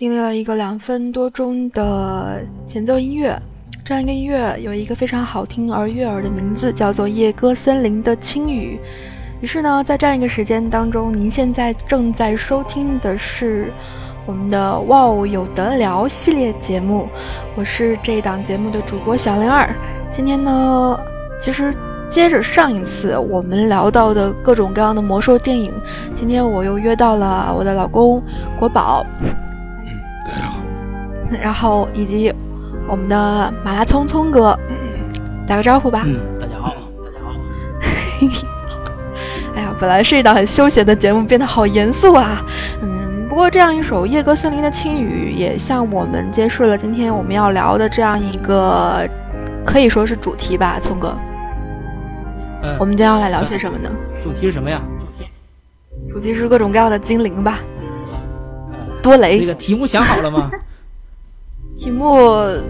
经历了一个2分多钟的前奏音乐。这样一个音乐有一个非常好听而悦耳的名字，叫做《夜歌森林的轻语》。于是呢，在这样一个时间当中，您现在正在收听的是我们的哇哦有得聊系列节目，我是这一档节目的主播小灵儿。今天呢，其实接着上一次我们聊到的各种各样的魔兽电影，今天我又约到了我的老公国宝， 大家好， 然后以及我们的马拉聪聪哥，打个招呼吧。 大家好，大家好。 哎呀，本来是一档很休闲的节目，变得好严肃啊。不过这样一首《夜歌森林的轻语》也向我们揭示了今天我们要聊的这样一个可以说是主题吧，聪哥。我们今天要来聊些什么呢？ 主题是什么呀？ 主题是各种各样的精灵吧。多雷。 那个题目想好了吗？ 题目，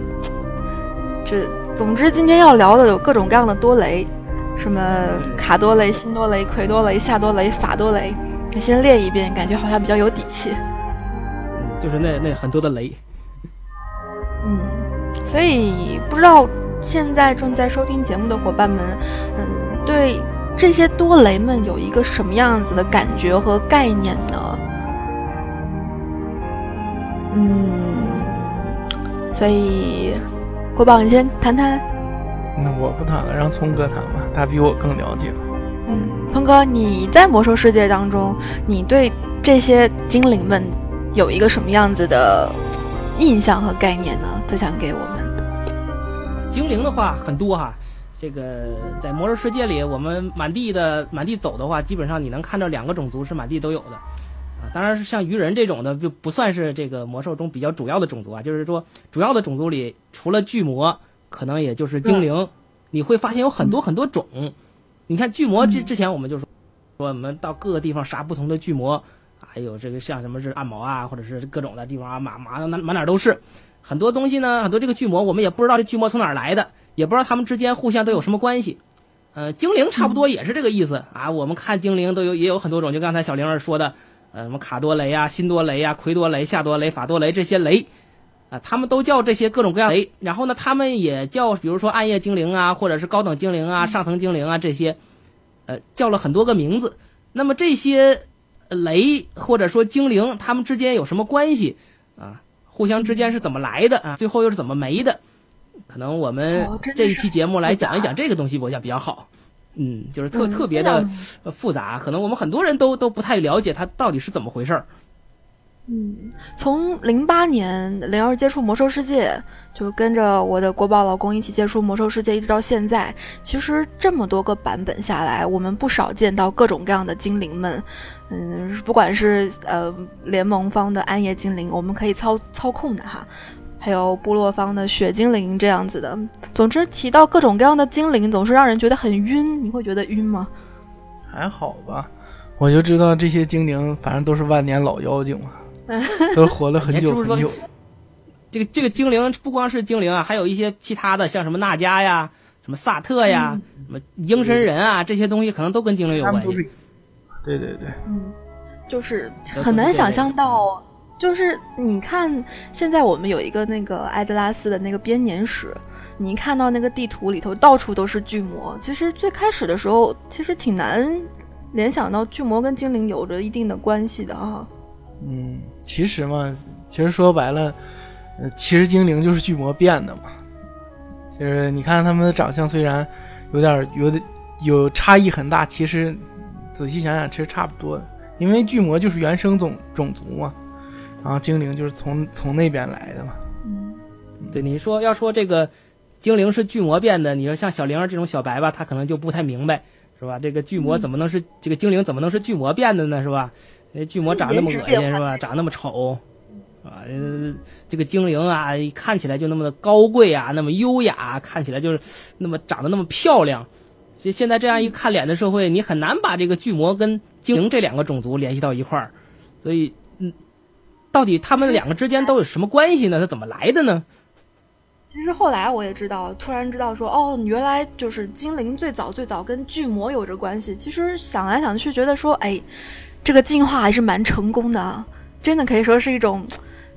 总之今天要聊的有各种各样的多雷，什么卡多雷、辛多雷、奎多雷、夏多雷、法多雷，你先列一遍，感觉好像比较有底气。 就是那很多的雷。 所以不知道现在正在收听节目的伙伴们，对这些多雷们有一个什么样子的感觉和概念呢？所以国宝你先谈谈。 那我不谈了，让聪哥谈吧，他比我更了解。 聪哥，你在魔兽世界当中，你对这些精灵们有一个什么样子的印象和概念呢？分享给我们。 精灵的话很多哈，这个在魔兽世界里，我们满地走的话，基本上你能看到2个种族是满地都有的。当然是像鱼人这种的就不算是这个魔兽中比较主要的种族啊，就是说主要的种族里除了巨魔，可能也就是精灵，你会发现有很多很多种。你看巨魔之前我们就说我们到各个地方杀不同的巨魔，还有这个像什么是暗毛啊，或者是各种的地方啊，满哪都是很多东西呢，很多这个巨魔我们也不知道这巨魔从哪儿来的，也不知道他们之间互相都有什么关系。精灵差不多也是这个意思啊。我们看精灵也有很多种，就刚才小灵儿说的。什么卡多雷啊、辛多雷啊、奎多雷、夏多雷、法多雷这些雷啊，他们都叫这些各种各样的雷。然后呢，他们也叫，比如说暗夜精灵啊，或者是高等精灵啊、上层精灵啊这些，叫了很多个名字。那么这些雷或者说精灵，他们之间有什么关系啊？互相之间是怎么来的啊？最后又是怎么没的？可能我们这一期节目来讲一讲这个东西，我想比较好。就是特别的复杂，可能我们很多人都不太了解它到底是怎么回事儿。 从08年灵儿接触魔兽世界，就跟着我的国宝老公一起接触魔兽世界，一直到现在，其实这么多个版本下来，我们不少见到各种各样的精灵们。不管是联盟方的暗夜精灵，我们可以操控的哈。还有部落方的雪精灵这样子的，总之提到各种各样的精灵，总是让人觉得很晕。你会觉得晕吗？ 还好吧，我就知道这些精灵反正都是万年老妖精嘛，都活了很久很久。 这个精灵不光是精灵啊，还有一些其他的，像什么纳迦呀、什么萨特呀、什么鹰神人啊，这些东西可能都跟精灵有关系。 对， 就是很难想象到。就是你看现在我们有一个那个艾德拉斯的那个编年史，你看到那个地图里头到处都是巨魔，其实最开始的时候其实挺难联想到巨魔跟精灵有着一定的关系的啊。 其实说白了，其实精灵就是巨魔变的嘛。就是你看他们的长相虽然有差异很大，其实仔细想想其实差不多的，因为巨魔就是原生种族嘛。然后精灵就是从那边来的嘛。 对，你要说这个精灵是巨魔变的，你说像小灵儿这种小白吧，他可能就不太明白，是吧？这个巨魔怎么能是这个精灵怎么能是巨魔变的呢？是吧？巨魔长那么恶心，是吧？长那么丑，啊，这个精灵啊，看起来就那么的高贵啊，那么优雅，看起来就是那么长得那么漂亮。所以现在这样一看脸的社会，你很难把这个巨魔跟精灵这2个种族联系到一块儿。所以到底他们2个之间都有什么关系呢？它怎么来的呢？ 其实后来我也突然知道说，原来就是精灵最早跟巨魔有着关系。其实想来想去，觉得说，这个进化还是蛮成功的啊，真的可以说是一种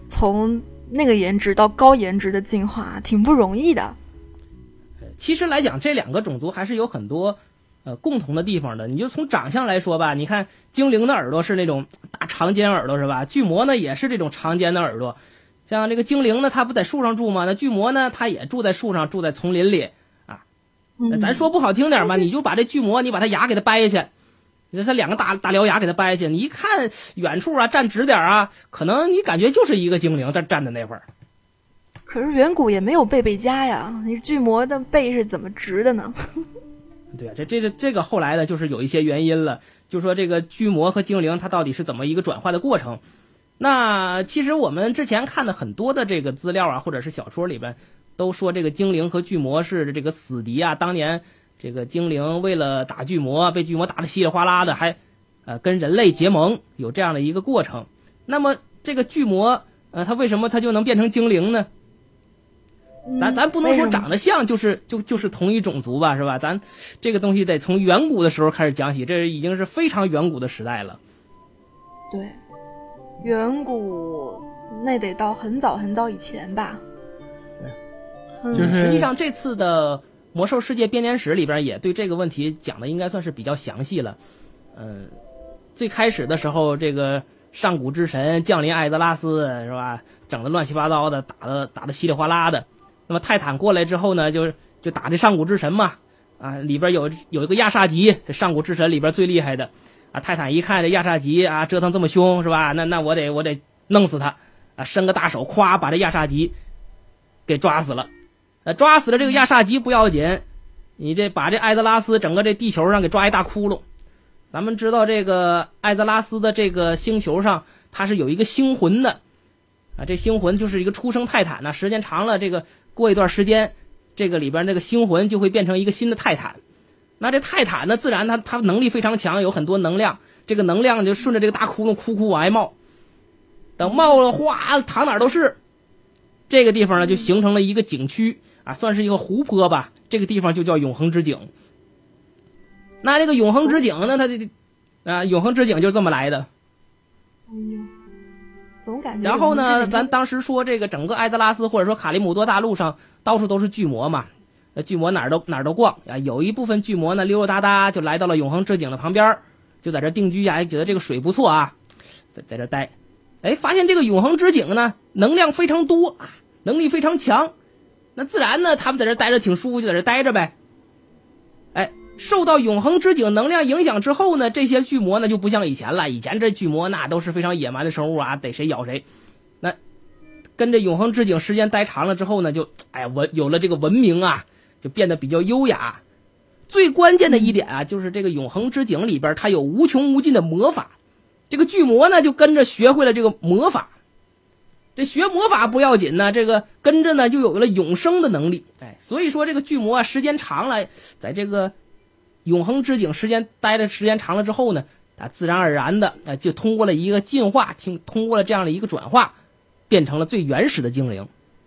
从那个颜值到高颜值的进化，挺不容易的。 其实来讲，这两个种族还是有很多共同的地方的。你就从长相来说吧，你看精灵的耳朵是那种大长尖耳朵是吧？巨魔呢也是这种长尖的耳朵。像这个精灵呢，它不在树上住吗？那巨魔呢，它也住在树上，住在丛林里啊。咱说不好听点吧，你就把这巨魔，你把它牙给它掰下去。它两个大獠牙给它掰下去，你一看远处啊，站直点啊，可能你感觉就是一个精灵在站的那会儿。 可是远古也没有贝贝家呀，你巨魔的背是怎么直的呢？ 对啊，这个后来呢，就是有一些原因了，就说这个巨魔和精灵它到底是怎么一个转化的过程。那其实我们之前看的很多的这个资料啊，或者是小说里边，都说这个精灵和巨魔是这个死敌啊。当年这个精灵为了打巨魔，被巨魔打得稀里哗啦的，还跟人类结盟，有这样的一个过程。那么这个巨魔它为什么它就能变成精灵呢？咱不能说长得像就是同一种族吧，是吧？咱这个东西得从远古的时候开始讲起，这已经是非常远古的时代了。 对，远古那得到很早很早以前吧。 对，就是实际上这次的魔兽世界编年史里边也对这个问题讲的应该算是比较详细了。最开始的时候，这个上古之神降临艾泽拉斯是吧，整的乱七八糟的，打的稀里哗啦的。那么泰坦过来之后呢，就打这上古之神嘛，啊，里边有一个亚萨吉，这上古之神里边最厉害的啊。泰坦一看这亚萨吉啊折腾这么凶是吧，那我得弄死他啊，伸个大手，咵把这亚萨吉给抓死了。抓死了这个亚萨吉不要紧，你这把这艾泽拉斯整个这地球上给抓一大窟窿。咱们知道这个艾泽拉斯的这个星球上，它是有一个星魂的啊，这星魂就是一个出生泰坦呢，时间长了，这个过一段时间，这个里边这个星魂就会变成一个新的泰坦。那这泰坦呢，自然它能力非常强，有很多能量，这个能量就顺着这个大窟窿哭往外冒，等冒了哗淌哪儿都是。这个地方呢就形成了一个景区啊，算是一个湖泊吧，这个地方就叫永恒之井。那这个永恒之井呢，它永恒之井就这么来的。 哎呦，总感觉。 然后呢，咱当时说这个整个艾泽拉斯或者说卡利姆多大陆上到处都是巨魔嘛，巨魔哪儿都逛啊。有一部分巨魔呢溜溜达达就来到了永恒之井的旁边，就在这定居呀，觉得这个水不错啊，在这待。哎，发现这个永恒之井呢能量非常多啊，能力非常强，那自然呢他们在这待着挺舒服，就在这待着呗。哎，受到永恒之井能量影响之后呢，这些巨魔呢就不像以前了，以前这巨魔那都是非常野蛮的生物啊，逮谁咬谁。那跟这永恒之井时间待长了之后呢，就有了这个文明啊，就变得比较优雅。最关键的一点啊，就是这个永恒之井里边它有无穷无尽的魔法，这个巨魔呢就跟着学会了这个魔法。这学魔法不要紧呢，这个跟着呢就有了永生的能力。哎，所以说这个巨魔啊时间长了，在这个永恒之井待的时间长了之后呢，自然而然的就通过了一个进化，通过了这样的一个转化，变成了最原始的精灵。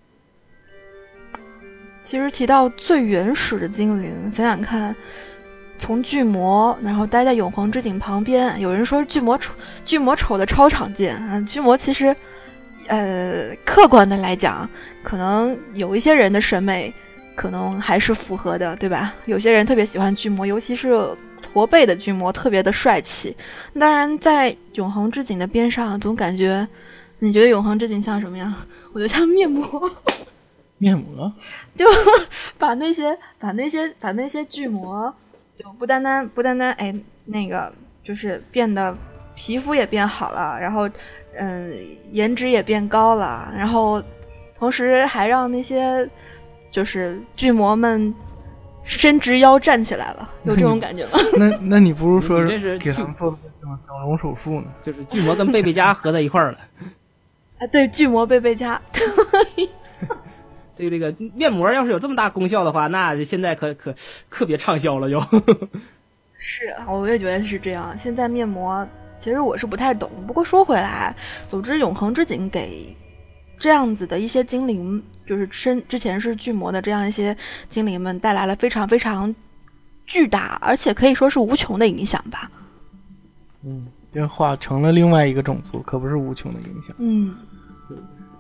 其实提到最原始的精灵，想想看，从巨魔，然后待在永恒之井旁边，有人说巨魔丑的超常见啊。巨魔其实客观的来讲，可能有一些人的审美可能还是符合的，对吧？有些人特别喜欢巨魔，尤其是驼背的巨魔，特别的帅气。当然在永恒之井的边上，总感觉，你觉得永恒之井像什么样？我觉得像面膜。 面膜就把那些巨魔，就不单单哎，那个就是变得皮肤也变好了，然后颜值也变高了，然后同时还让那些就是巨魔们伸直腰站起来了，有这种感觉吗？ 那你不如说是给他们做整容手术呢？ 就是巨魔跟贝贝家合在一块儿了。 啊，对，巨魔贝贝家。 这个面膜要是有这么大功效的话，那现在可别畅销了就。 是，我也觉得是这样。现在面膜其实我是不太懂，不过说回来，总之永恒之井给这样子的一些精灵，就是之前是巨魔的这样一些精灵们带来了非常非常巨大，而且可以说是无穷的影响吧。 变化成了另外一个种族，可不是无穷的影响。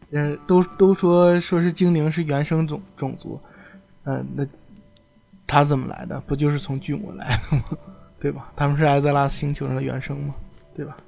都说是精灵是原生种族，那他怎么来的？不就是从巨魔来的吗？对吧？他们是艾泽拉斯星球上的原生嘛，对吧？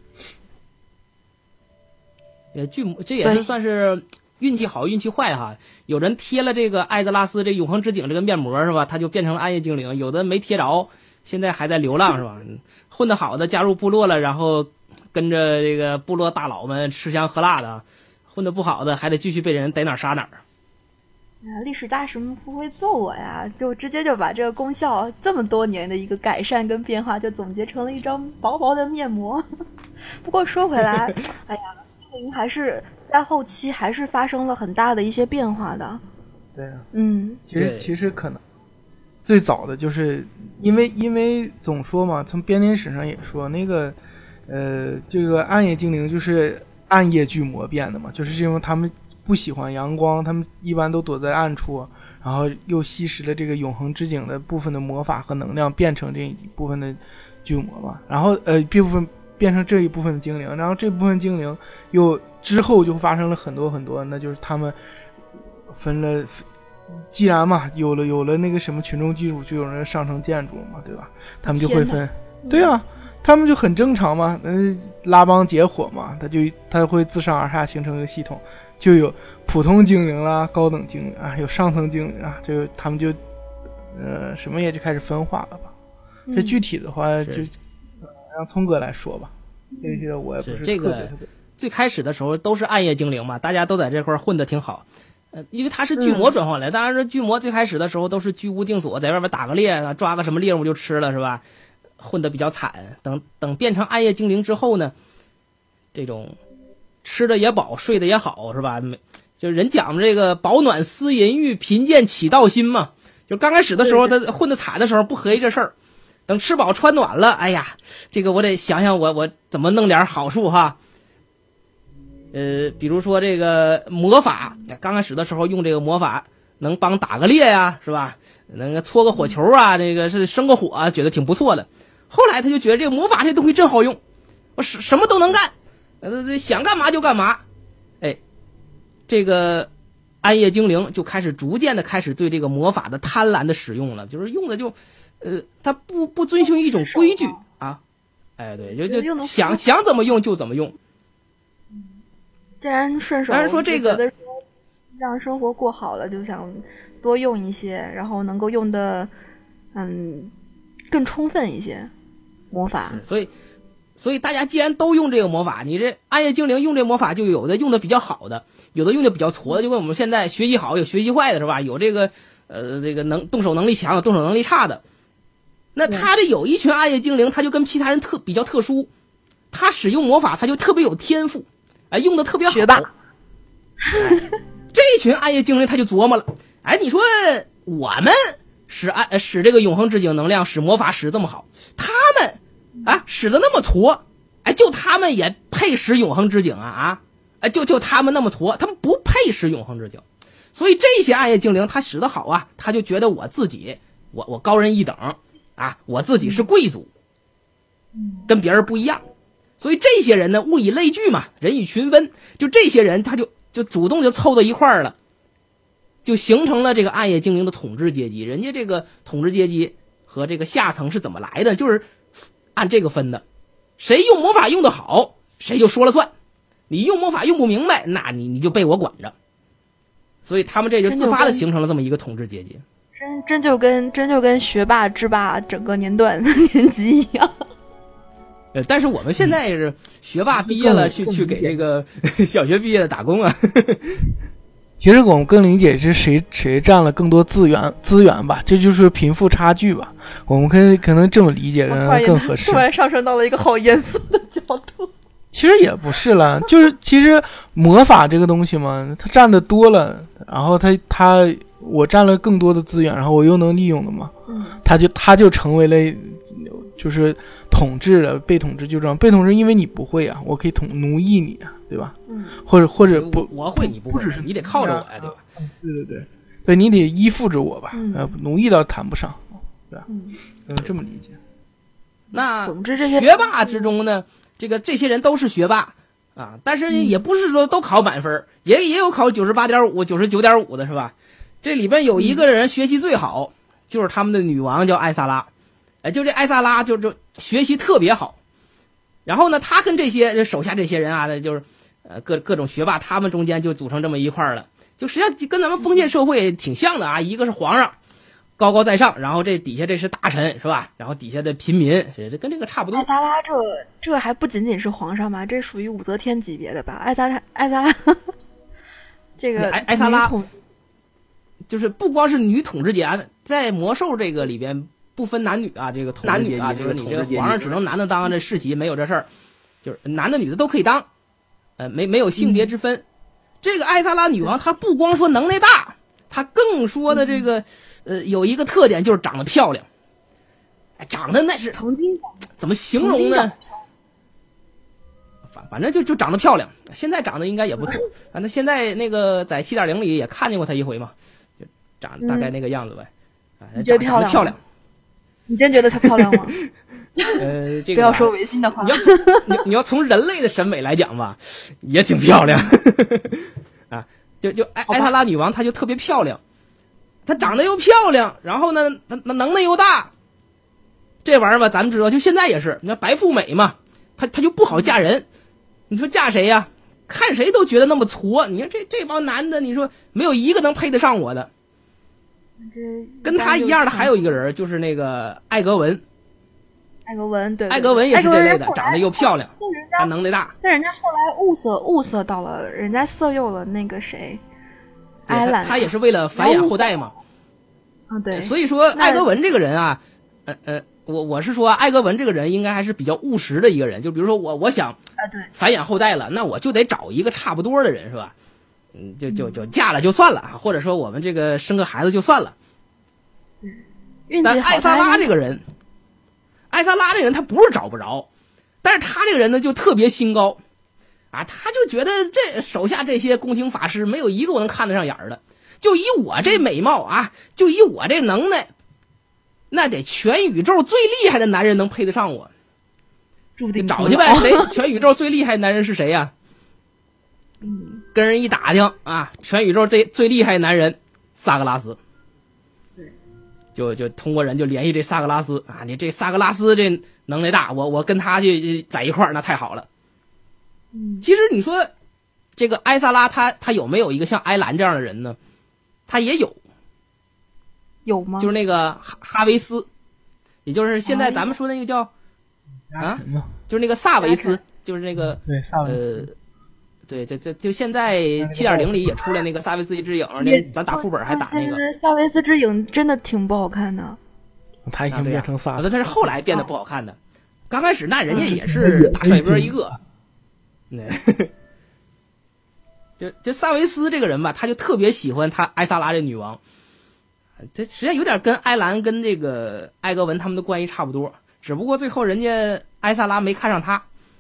巨魔这也是算是运气好运气坏哈。有人贴了这个艾泽拉斯这永恒之井这个面膜是吧，他就变成了暗夜精灵；有的没贴着，现在还在流浪是吧？混得好的加入部落了，然后跟着这个部落大佬们吃香喝辣的；混得不好的还得继续被人逮哪儿杀哪儿。 历史大师们不会揍我呀，就直接就把这个功效这么多年的一个改善跟变化就总结成了一张薄薄的面膜。不过说回来，哎呀，精灵还是在后期还是发生了很大的一些变化的。 对啊，其实可能最早的就是因为总说嘛，从编年史上也说那个这个暗夜精灵就是暗夜巨魔变的嘛，就是因为他们不喜欢阳光，他们一般都躲在暗处，然后又吸食了这个永恒之井的部分的魔法和能量，变成这一部分的巨魔嘛。然后变成这一部分的精灵，然后这部分精灵又之后就发生了很多很多，那就是他们分了。既然嘛有了那个什么群众基础，就有人上层建筑了嘛，对吧？他们就会分，对啊，他们就很正常嘛，拉帮结伙嘛，他会自上而下形成一个系统。就有普通精灵啦，高等精灵啊，有上层精灵啊，这个他们就什么也就开始分化了吧。这具体的话就让聪哥来说吧，这些我也不是这个最开始的时候都是暗夜精灵嘛，大家都在这块混得挺好。因为他是巨魔转换来，当然是巨魔最开始的时候都是居无定所，在外面打个猎啊，抓个什么猎物就吃了是吧？混得比较惨。等变成暗夜精灵之后呢，这种吃的也饱，睡得也好，是吧？就是人讲这个饱暖思淫欲，贫贱起盗心嘛。就刚开始的时候，他混得惨的时候不合计这事儿，等吃饱穿暖了，哎呀，这个我得想想我怎么弄点好处哈。比如说这个魔法，刚开始的时候用这个魔法能帮打个猎呀，是吧？能搓个火球啊，这个是生个火啊，觉得挺不错的。后来他就觉得这个魔法这东西真好用，我什么都能干。想干嘛就干嘛，这个暗夜精灵就逐渐的开始对这个魔法的贪婪的使用了，就是用的就，他不遵循一种规矩啊，对，就想怎么用就怎么用。 既然顺手， 当然说这个让生活过好了，就想多用一些，然后能够用的更充分一些魔法。 所以大家既然都用这个魔法，你这暗夜精灵用这魔法就有的用的比较好的，有的用的比较矬的，就跟我们现在学习好有学习坏的是吧？有这个这个动手能力强有动手能力差的。那他这有一群暗夜精灵，他就跟其他人比较特殊，他使用魔法他就特别有天赋，用的特别好， 学霸。 这群暗夜精灵他就琢磨了，你说我们使这个永恒之井能量使魔法使这么好，他们使得那么矬，就他们也配使永恒之井就他们那么矬，他们不配使永恒之井。所以这些暗夜精灵他使得好他就觉得我自己我高人一等我自己是贵族，跟别人不一样。所以这些人呢，物以类聚嘛，人以群分，就这些人他就主动就凑到一块儿了，就形成了这个暗夜精灵的统治阶级。人家这个统治阶级和这个下层是怎么来的，就是按这个分的，谁用魔法用得好谁就说了算，你用魔法用不明白，那你就被我管着。所以他们这就自发的形成了这么一个统治阶级。 真就跟学霸制霸整个年段年级一样。 但是我们现在是学霸毕业了去给这个小学毕业的打工啊。 其实我们更理解是谁占了更多资源吧，这就是贫富差距吧。我们可能这么理解更合适。 突然上升到了一个好严肃的角度。 其实也不是了，就是其实魔法这个东西嘛，它占的多了，然后我占了更多的资源，然后我又能利用的嘛，他就成为了就是统治了，被统治就这样，被统治因为你不会我可以奴役你对吧？或者不， 我会你不会，你得靠着我对吧？ 对，你得依附着我吧，奴役倒谈不上，对吧？这么理解。 那学霸之中呢，这些人都是学霸啊，但是也不是说都考满分，也有考98.5、99.5的是吧？这里边有一个人学习最好，就是他们的女王叫艾萨拉，就这艾萨拉就学习特别好。然后呢，他跟这些手下这些人啊，就是各种学霸，他们中间就组成这么一块了，就实际上跟咱们封建社会挺像的啊。一个是皇上高高在上，然后这底下这是大臣是吧？然后底下的平民，这跟这个差不多。 艾萨拉这还不仅仅是皇上嘛，这属于武则天级别的吧？艾萨拉这个艾萨拉就是不光是女统治阶级，在魔兽这个里边不分男女啊，这个统治阶级就是你这个皇上只能男的当这世袭，没有这事儿，就是男的女的都可以当，没有性别之分。这个艾萨拉女王她不光说能耐大，她更说的这个有一个特点就是长得漂亮，长得那是曾经怎么形容呢？反正就长得漂亮，现在长得应该也不错啊。那现在那个在 7.0 里也看见过她一回嘛，就长大概那个样子呗。 你觉得长得漂亮？ 你真觉得她漂亮吗？ 这个不要说违心的话。 你要从人类的审美来讲吧，也挺漂亮啊。就艾萨拉女王，她就特别漂亮，她长得又漂亮，然后呢，她能耐又大。这玩意儿吧，咱们知道，就现在也是，你看白富美嘛，她就不好嫁人。你说嫁谁呀？看谁都觉得那么矬。你看这帮男的，你说没有一个能配得上我的。跟他一样的还有一个人，就是那个艾格文。 艾格文，对， 艾格文也是这类的，长得又漂亮，还能耐大。 但人家后来物色到了，人家色诱了那个谁，艾兰。 他也是为了繁衍后代嘛。 对。 所以说，艾格文这个人啊，我是说，艾格文这个人应该还是比较务实的一个人。就比如说我想繁衍后代了，那我就得找一个差不多的人，是吧？就嫁了就算了，或者说我们这个生个孩子就算了。但艾萨拉这个人他不是找不着，但是他这个人呢就特别心高啊，他就觉得这手下这些宫廷法师没有一个我能看得上眼儿的，就以我这美貌啊，就以我这能耐，那得全宇宙最厉害的男人能配得上我。找去呗，谁全宇宙最厉害的男人是谁呀？跟人一打听啊，全宇宙最厉害的男人萨格拉斯。就通过人就联系这萨格拉斯啊，你这萨格拉斯这能耐大，我跟他去在一块儿那太好了。其实你说这个艾萨拉他有没有一个像埃兰这样的人呢？他也有吗？ 就是那个哈维斯，也就是现在咱们说那个叫就是那个萨维斯，就是那个对萨维斯。 对，就现在 7.0 里也出来那个萨维斯之影，那咱打副本还打那个。 萨维斯之影真的挺不好看的。 他已经变成萨， 他是后来变得不好看的。刚开始那人家也是大帅哥一个。就萨维斯这个人吧，他就特别喜欢他艾萨拉这女王。这实际上有点跟埃兰跟这个艾格文他们的关系差不多，只不过最后人家艾萨拉没看上他。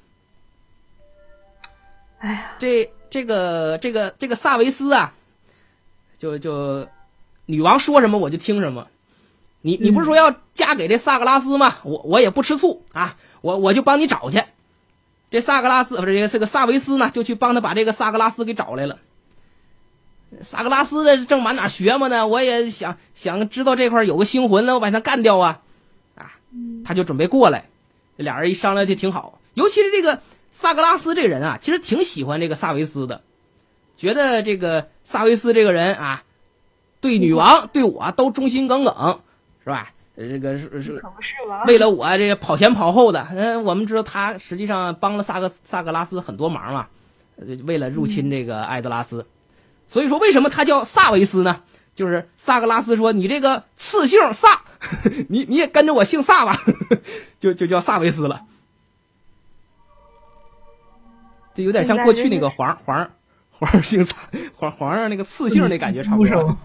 哎呀， 这个萨维斯啊，就女王说什么我就听什么。你不是说要嫁给这萨格拉斯吗？我也不吃醋啊，我就帮你找去。这萨格拉斯不是这个萨维斯呢，就去帮他把这个萨格拉斯给找来了。萨格拉斯的正满哪学嘛呢，我也想知道这块有个星魂呢，我把他干掉啊！他就准备过来，这俩人一商量就挺好。尤其是这个萨格拉斯这个人啊，其实挺喜欢这个萨维斯的，觉得这个萨维斯这个人啊，对女王对我都忠心耿耿，是吧？这个是为了我这个跑前跑后的。我们知道他实际上帮了萨格拉斯很多忙嘛，为了入侵这个艾德拉斯。所以说为什么他叫萨维斯呢？就是萨格拉斯说你这个次姓萨，你也跟着我姓萨吧，就叫萨维斯了。这有点像过去那个皇上姓萨，皇上那个次姓那感觉差不多。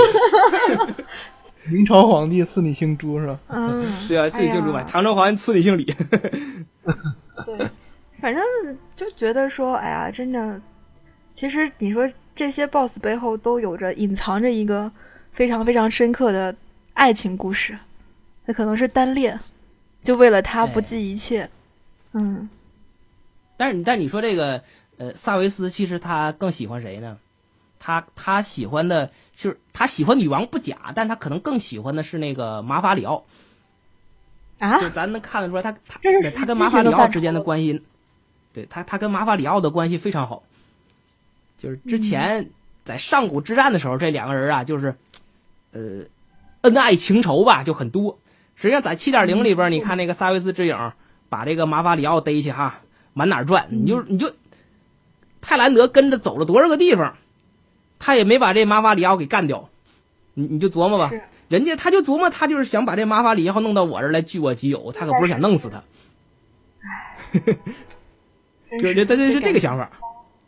明朝皇帝赐你姓朱是吧？ 对啊，赐你姓朱嘛。唐朝皇帝赐你姓李。 对，反正就觉得说，哎呀，真的，其实你说这些 BOSS 背后都有着隐藏着一个非常非常深刻的爱情故事，那可能是单恋，就为了他不计一切。 但是你说这个萨维斯其实他更喜欢谁呢？他喜欢的就是他喜欢女王不假，但他可能更喜欢的是那个马法里奥啊， 就咱能看得出来他这是跟马法里奥之间的关系，对他跟马法里奥的关系非常好。就是之前在上古之战的时候，这两个人啊，就是恩爱情仇吧，就很多。实际上在 7.0 里边，你看那个萨维斯之影把这个马法里奥逮起哈，满哪转，你就泰兰德跟着走了多少个地方，他也没把这马法里奥给干掉。你就琢磨吧，人家他就琢磨，他就是想把这马法里奥弄到我这儿来据我己有，他可不是想弄死他。他就是这个想法。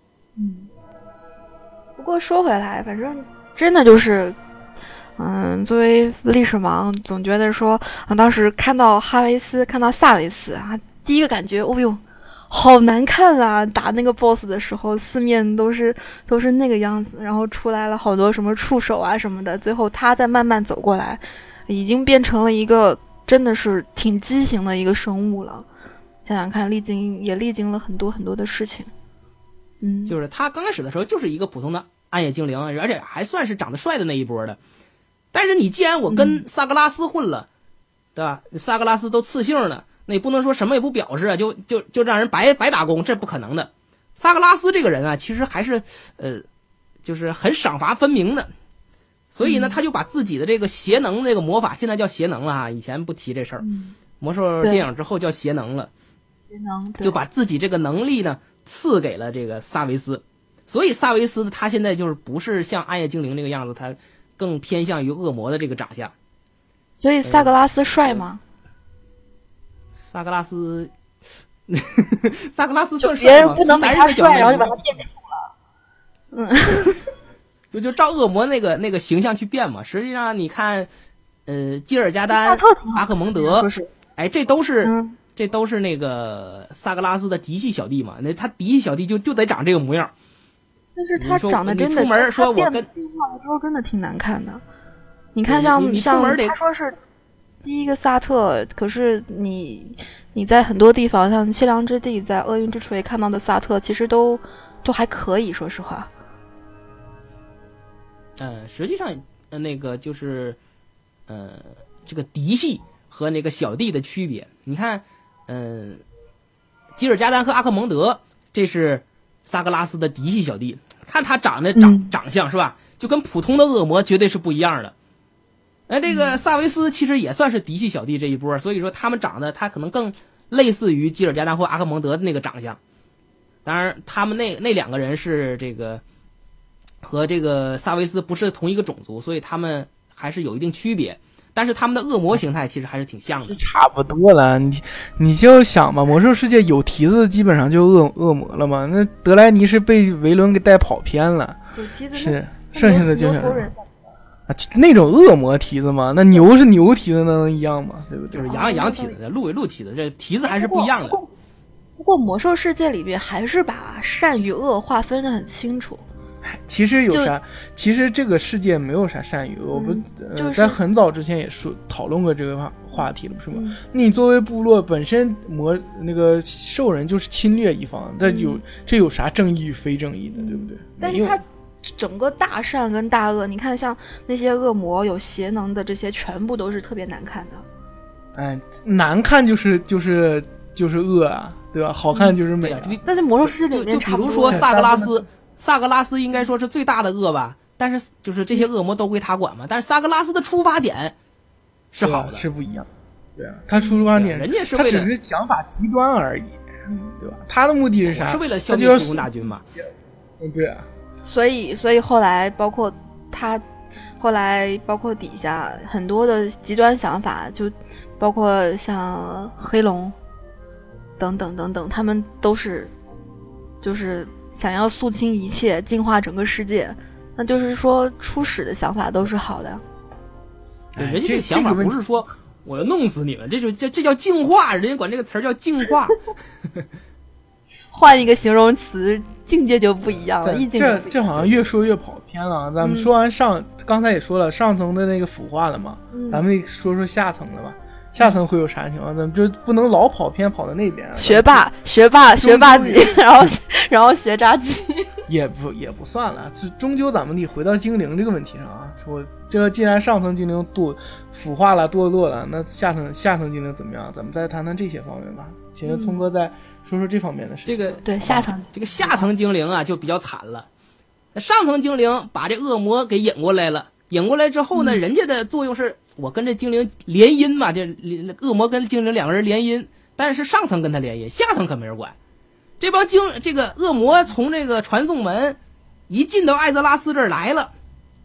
不过说回来，反正真的就是，作为历史盲，总觉得说当时看到萨维斯啊，第一个感觉，哦呦，好难看啊！打那个 BOSS 的时候，四面都是那个样子，然后出来了好多什么触手啊什么的，最后他再慢慢走过来，已经变成了一个真的是挺畸形的一个生物了。想想看，历经了很多很多的事情。 就是他刚开始的时候就是一个普通的暗夜精灵，而且还算是长得帅的那一波的。但是你既然我跟萨格拉斯混了，对吧？萨格拉斯都刺姓了，那也不能说什么也不表示啊，就让人白打工，这不可能的。萨格拉斯这个人啊，其实还是就是很赏罚分明的。所以呢，他就把自己的这个邪能这个魔法，现在叫邪能了哈，以前不提这事儿。魔兽电影之后叫邪能了， 邪能就把自己这个能力呢赐给了这个萨维斯。所以萨维斯他现在就是不是像暗夜精灵这个样子，他更偏向于恶魔的这个长相。 所以萨格拉斯帅吗？ 萨格拉斯萨格拉斯算帅吗？ 别人不能比他帅，然后就把他变丑了。 就照恶魔那个形象去变嘛。实际上你看，基尔加丹、阿克蒙德，哎，这都是那个萨格拉斯的嫡系小弟嘛。那他嫡系小弟就得长这个模样。 但是他长得真的， 出门说我跟变化了之后真的挺难看的。你看像他说是第一个萨特，可是你在很多地方，像凄凉之地，在厄运之锤看到的萨特，其实都还可以，说实话。 实际上那个就是这个嫡系和那个小弟的区别。你看基尔加丹和阿克蒙德，这是萨格拉斯的嫡系小弟，看他长相是吧，就跟普通的恶魔绝对是不一样的。这个萨维斯其实也算是嫡系小弟这一波，所以说他们长得他可能更类似于基尔加丹或阿克蒙德的那个长相。当然他们那两个人是这个和这个萨维斯不是同一个种族，所以他们还是有一定区别，但是他们的恶魔形态其实还是挺像的。 差不多了，你就想吧，魔兽世界有蹄子基本上就恶魔了嘛。那德莱尼是被维伦给带跑偏了， 有蹄子是剩下的就是啊， 那种恶魔蹄子嘛。那牛是牛蹄子，能一样吗？对不对？ 就是羊蹄子，鹿蹄子，这蹄子还是不一样的。 不过魔兽世界里边还是把善与恶划分得很清楚。 其实有啥？其实这个世界没有啥善与恶。我们在很早之前也讨论过这个话题了，是吗？你作为部落本身，那个兽人就是侵略一方，这有啥正义与非正义的，对不对？ 但是它整个大善跟大恶，你看像那些恶魔有邪能的这些，全部都是特别难看的。 难看就是恶啊，对吧？好看就是美。 但在魔兽世界里面， 就比如说萨格拉斯应该说是最大的恶吧，但是就是这些恶魔都归他管嘛。但是萨格拉斯的出发点是好的， 是不一样。对啊，他出发点人家是他只是想法极端而已，对吧？他的目的是啥？ 是为了消灭苏大军嘛。 对啊。 所以后来包括底下很多的极端想法，就包括像黑龙等等，他们都是就是想要肃清一切，净化整个世界。那就是说初始的想法都是好的。 对，人家这个想法不是说我要弄死你们，这叫净化，人家管这个词儿叫净化。 换一个形容词，境界就不一样了。 这好像越说越跑偏了。咱们说完刚才也说了上层的那个腐化了嘛，咱们说下层的吧。 下层会有啥情况？咱们就不能老跑偏跑到那边。 学霸级，然后学渣级， 也不算了，终究咱们得回到精灵这个问题上啊。说这个既然上层精灵腐化了堕落了，那下层精灵怎么样？咱们再谈谈这些方面吧。请聪哥再说说这方面的事情。 对下层这个下层精灵啊就比较惨了，上层精灵把这恶魔给引过来了。引过来之后呢，人家的作用是我跟这精灵联姻嘛，这恶魔跟精灵两个人联姻，但是上层跟他联姻，下层可没人管。这个恶魔从这个传送门一进到艾泽拉斯这儿来了，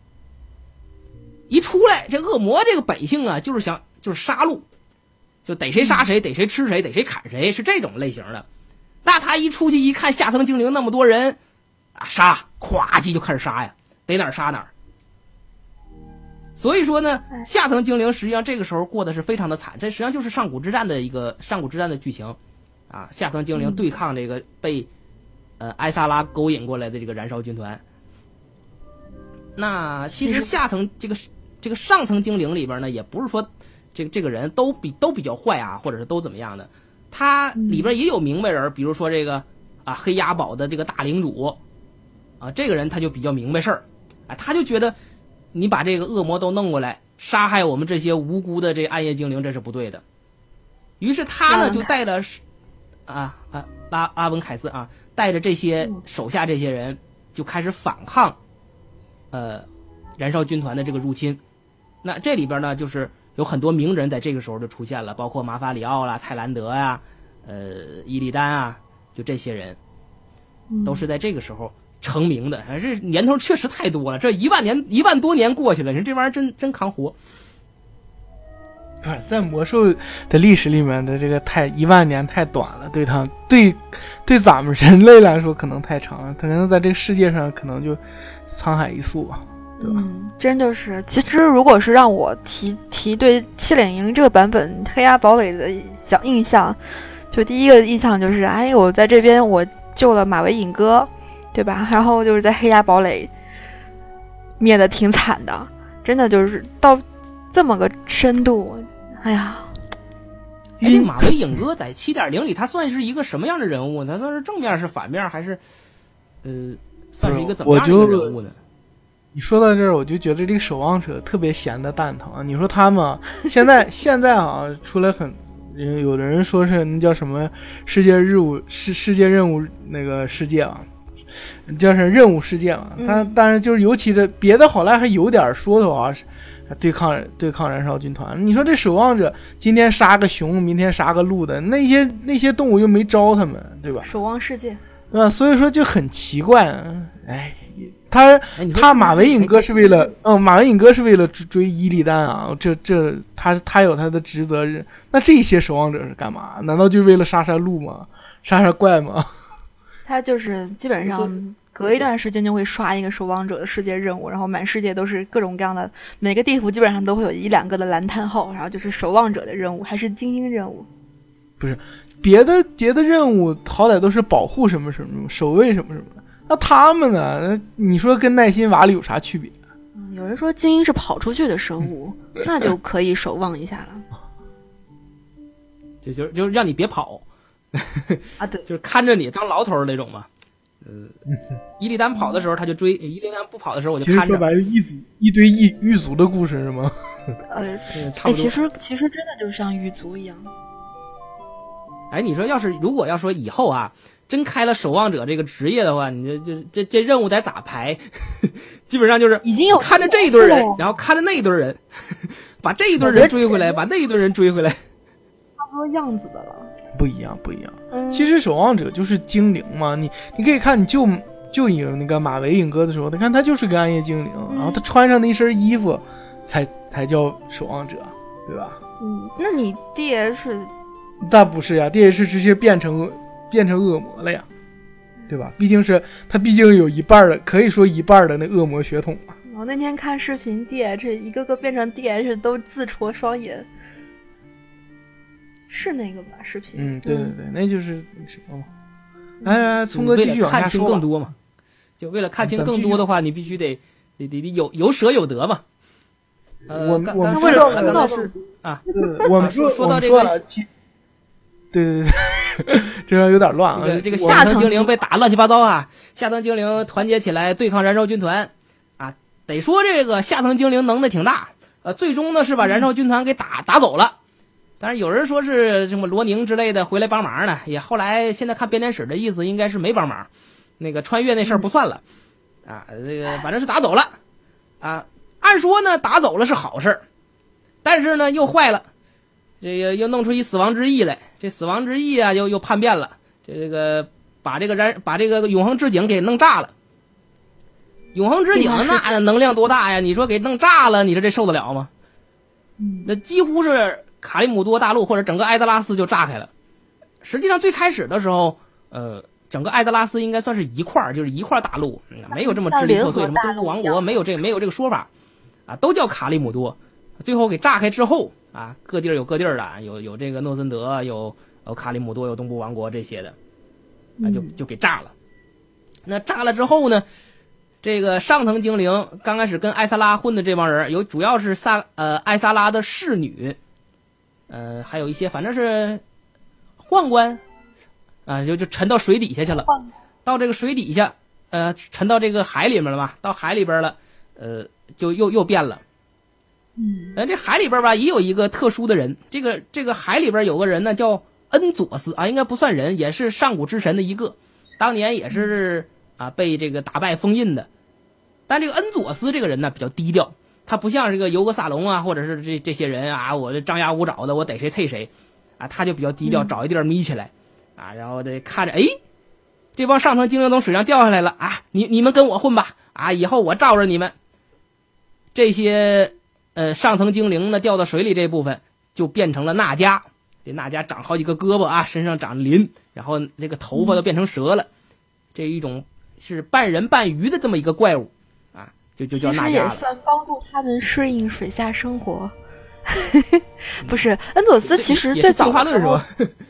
一出来，这恶魔这个本性啊，就是杀戮，就逮谁杀谁，逮谁吃谁，逮谁砍谁，是这种类型的。那他一出去一看下层精灵那么多人啊，杀，咵叽就开始杀呀，逮哪儿杀哪儿。所以说呢，下层精灵实际上这个时候过得是非常的惨，这实际上就是上古之战的剧情啊。下层精灵对抗这个被艾萨拉勾引过来的这个燃烧军团。那其实下层这个上层精灵里边呢，也不是说这个人都比较坏啊，或者是都怎么样的，他里边也有明白人，比如说这个黑鸦堡的这个大领主啊，这个人他就比较明白事儿，他就觉得你把这个恶魔都弄过来杀害我们这些无辜的这暗夜精灵，这是不对的。于是他呢就带着阿文凯斯啊，带着这些手下这些人就开始反抗燃烧军团的这个入侵。那这里边呢就是有很多名人在这个时候就出现了，包括马法里奥啦、泰兰德呀、伊利丹啊，就这些人都是在这个时候成名的。还是年头确实太多了，这1万多年过去了，你说这玩意儿真扛活。 不是在魔兽的历史里面的这个1万年太短了，对咱们人类来说可能太长了，可能在这个世界上可能就沧海一粟吧，对吧？ 真就是，其实如果是让我提对7.0这个版本黑鸦堡垒的印象，就第一个印象就是，我在这边我救了马维隐哥，对吧？然后就是在黑鸦堡垒灭的挺惨的，真的就是到这么个深度，哎呀！ 这马维隐哥在7.0里，他算是一个什么样的人物？他算是正面是反面，还是算是一个怎么样的一个人物呢？ 你说到这儿，我就觉得这个守望者特别闲的蛋疼。你说他们现在啊，出来有的人说是那叫什么世界任务那个世界啊，叫是任务世界嘛。但是就是尤其是别的好赖还有点说头啊，对抗燃烧军团。你说这守望者今天杀个熊，明天杀个鹿的，那些动物又没招他们，对吧？ 守望世界，对吧？所以说就很奇怪。他马维隐哥是为了追伊利丹啊，他有他的职责。那这些守望者是干嘛？难道就为了杀鹿吗？杀怪吗？ 他就是基本上隔一段时间就会刷一个守望者的世界任务，然后满世界都是各种各样的，每个地图基本上都会有1-2个的蓝叹号，然后就是守望者的任务，还是精英任务。 不是别的任务好歹都是保护什么什么守卫什么什么的，那他们呢？你说跟耐心瓦里有啥区别？ 有人说精英是跑出去的生物，那就可以守望一下了。 就让你别跑啊，对， 就是看着你当牢头那种嘛。伊利丹跑的时候他就追，伊利丹不跑的时候我就看着。 其实说白了，一堆狱卒的故事是吗？ 其实真的就像狱卒一样。 你说如果要说以后啊，真开了守望者这个职业的话，你这任务得咋排？基本上就是已经有看着这一堆人，然后看着那一堆人，把这一堆人追回来，把那一堆人追回来， 差不多样子的了。 不一样。其实守望者就是精灵嘛，你可以看，你就赢那个马维隐哥的时候，你看他就是个暗夜精灵，然后他穿上那一身衣服，才叫守望者，对吧？ 那你 DH？ 但不是呀 ，DH 直接变成恶魔了呀，对吧？毕竟有一半的，可以说一半的那恶魔血统嘛。 我那天看视频 ，DH 一个个变成 DH 都自戳双眼，是那个吧？视频？ 对，那就是什么嘛？聪哥继续往下说吧。 看清更多嘛，就为了看清更多的话，你必须得有舍有得嘛。 我们为了看到啊， 我们说到这个， 我们了对，这样有点乱啊。 这个下层精灵被打乱七八糟啊，下层精灵团结起来对抗燃烧军团啊。得说这个下层精灵能耐挺大，最终呢是把燃烧军团给打走了。但是有人说是什么罗宁之类的回来帮忙呢，也后来现在看编年史的意思应该是没帮忙，那个穿越那事儿不算了啊。这个反正是打走了啊。按说呢打走了是好事，但是呢又坏了，这个又弄出一死亡之翼来。这死亡之翼啊又叛变了，这个把这个永恒之井给弄炸了。永恒之井那能量多大呀？你说给弄炸了，你说这受得了吗？那几乎是卡利姆多大陆或者整个埃德拉斯就炸开了。实际上最开始的时候，整个埃德拉斯应该算是一块，就是一块大陆，没有这么支离破碎，什么东部王国没有这个说法啊，都叫卡利姆多。最后给炸开之后啊，各地儿有各地儿的，有这个诺森德，有卡利姆多，有东部王国这些的，啊就给炸了。那炸了之后呢，这个上层精灵刚开始跟艾萨拉混的这帮人，主要是艾萨拉的侍女，还有一些反正是宦官啊，就沉到水底下去了，到这个水底下，沉到这个海里面了嘛，到海里边了，就又变了。这海里边吧也有一个特殊的人，这个海里边有个人呢叫恩佐斯啊，应该不算人，也是上古之神的一个，当年也是啊被这个打败封印的。但这个恩佐斯这个人呢比较低调，他不像这个尤格萨隆啊，或者是这些人啊，我这张牙舞爪的，我逮谁啐谁啊，他就比较低调，找一地儿眯起来啊，然后得看着，哎，这帮上层精灵从水上掉下来了啊，你们跟我混吧啊，以后我罩着你们。这些上层精灵呢掉到水里这部分就变成了娜迦，这娜迦长好几个胳膊啊，身上长鳞，然后这个头发都变成蛇了，这一种是半人半鱼的这么一个怪物啊，就叫娜迦了。 其实也算帮助他们适应水下生活。不是，恩佐斯其实最早的时候，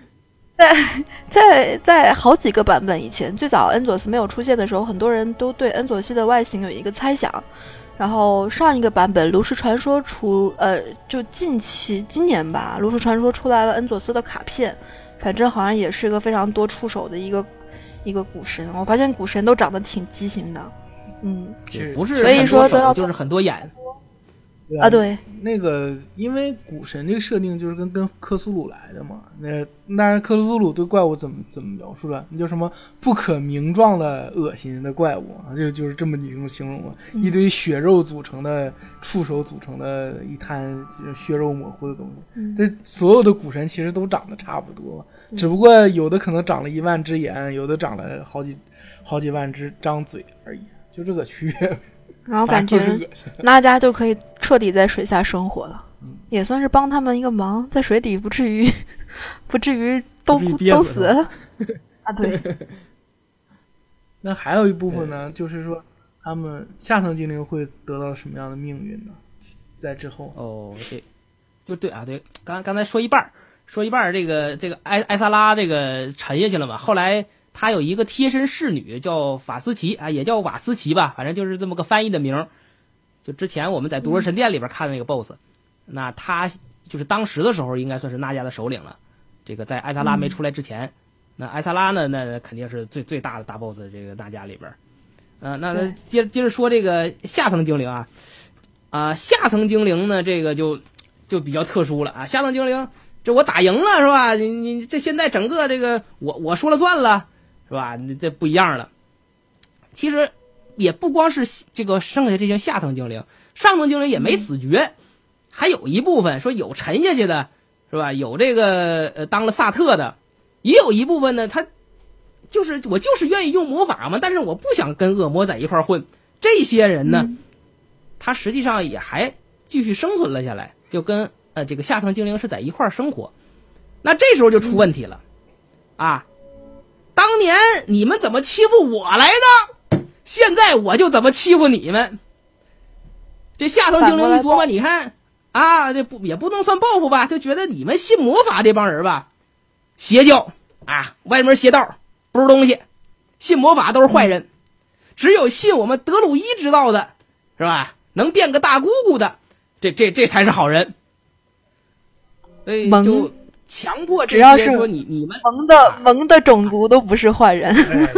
在好几个版本以前，最早恩佐斯没有出现的时候，很多人都对恩佐斯的外形有一个猜想。然后上一个版本炉石传说就今年吧，炉石传说出来了恩佐斯的卡片，反正好像也是个非常多出手的一个古神。我发现古神都长得挺畸形的， 不是， 所以说都要就是很多眼啊。对， 那个因为古神这个设定就是跟克苏鲁来的嘛，那克苏鲁对怪物怎么描述的？那叫什么不可名状的恶心的怪物啊，就是这么一种形容嘛，一堆血肉组成的触手组成的一滩血肉模糊的东西。这所有的古神其实都长得差不多，只不过有的可能长了1万只眼，有的长了好几万只张嘴而已，就这个区别。 然后感觉娜迦就可以彻底在水下生活了，也算是帮他们一个忙，在水底不至于都死啊。对。 那还有一部分呢，就是说他们下层精灵会得到什么样的命运呢？在之后对啊，对，刚才说一半，这个艾萨拉这个沉下去了嘛，后来他有一个贴身侍女叫法斯奇啊，也叫瓦斯奇吧，反正就是这么个翻译的名。就之前我们在《毒蛇神殿》里边看的那个 BOSS，那他就是当时的时候应该算是娜迦的首领了。这个在艾萨拉没出来之前，那艾萨拉呢，那肯定是最大的大 BOSS， 这个娜迦里边。那接着说这个下层精灵啊，下层精灵呢，这个就比较特殊了啊。下层精灵，这我打赢了是吧？你这现在整个这个我说了算了。是吧？这不一样了。其实也不光是这个剩下这些下层精灵，上层精灵也没死绝，还有一部分说有沉下去的，是吧？有这个当了萨特的，也有一部分呢，他我就是愿意用魔法嘛，但是我不想跟恶魔在一块混。这些人呢，他实际上也还继续生存了下来，就跟这个下层精灵是在一块生活。那这时候就出问题了啊！当年你们怎么欺负我来着？现在我就怎么欺负你们。这下层精灵一琢磨，你看啊，这也不能算报复吧，就觉得你们信魔法这帮人吧，邪教啊，歪门邪道，不是东西，信魔法都是坏人，只有信我们德鲁伊知道的，是吧？能变个大姑姑的，这才是好人。 所以蒙就强迫这只要是些说你们蒙的种族都不是坏人。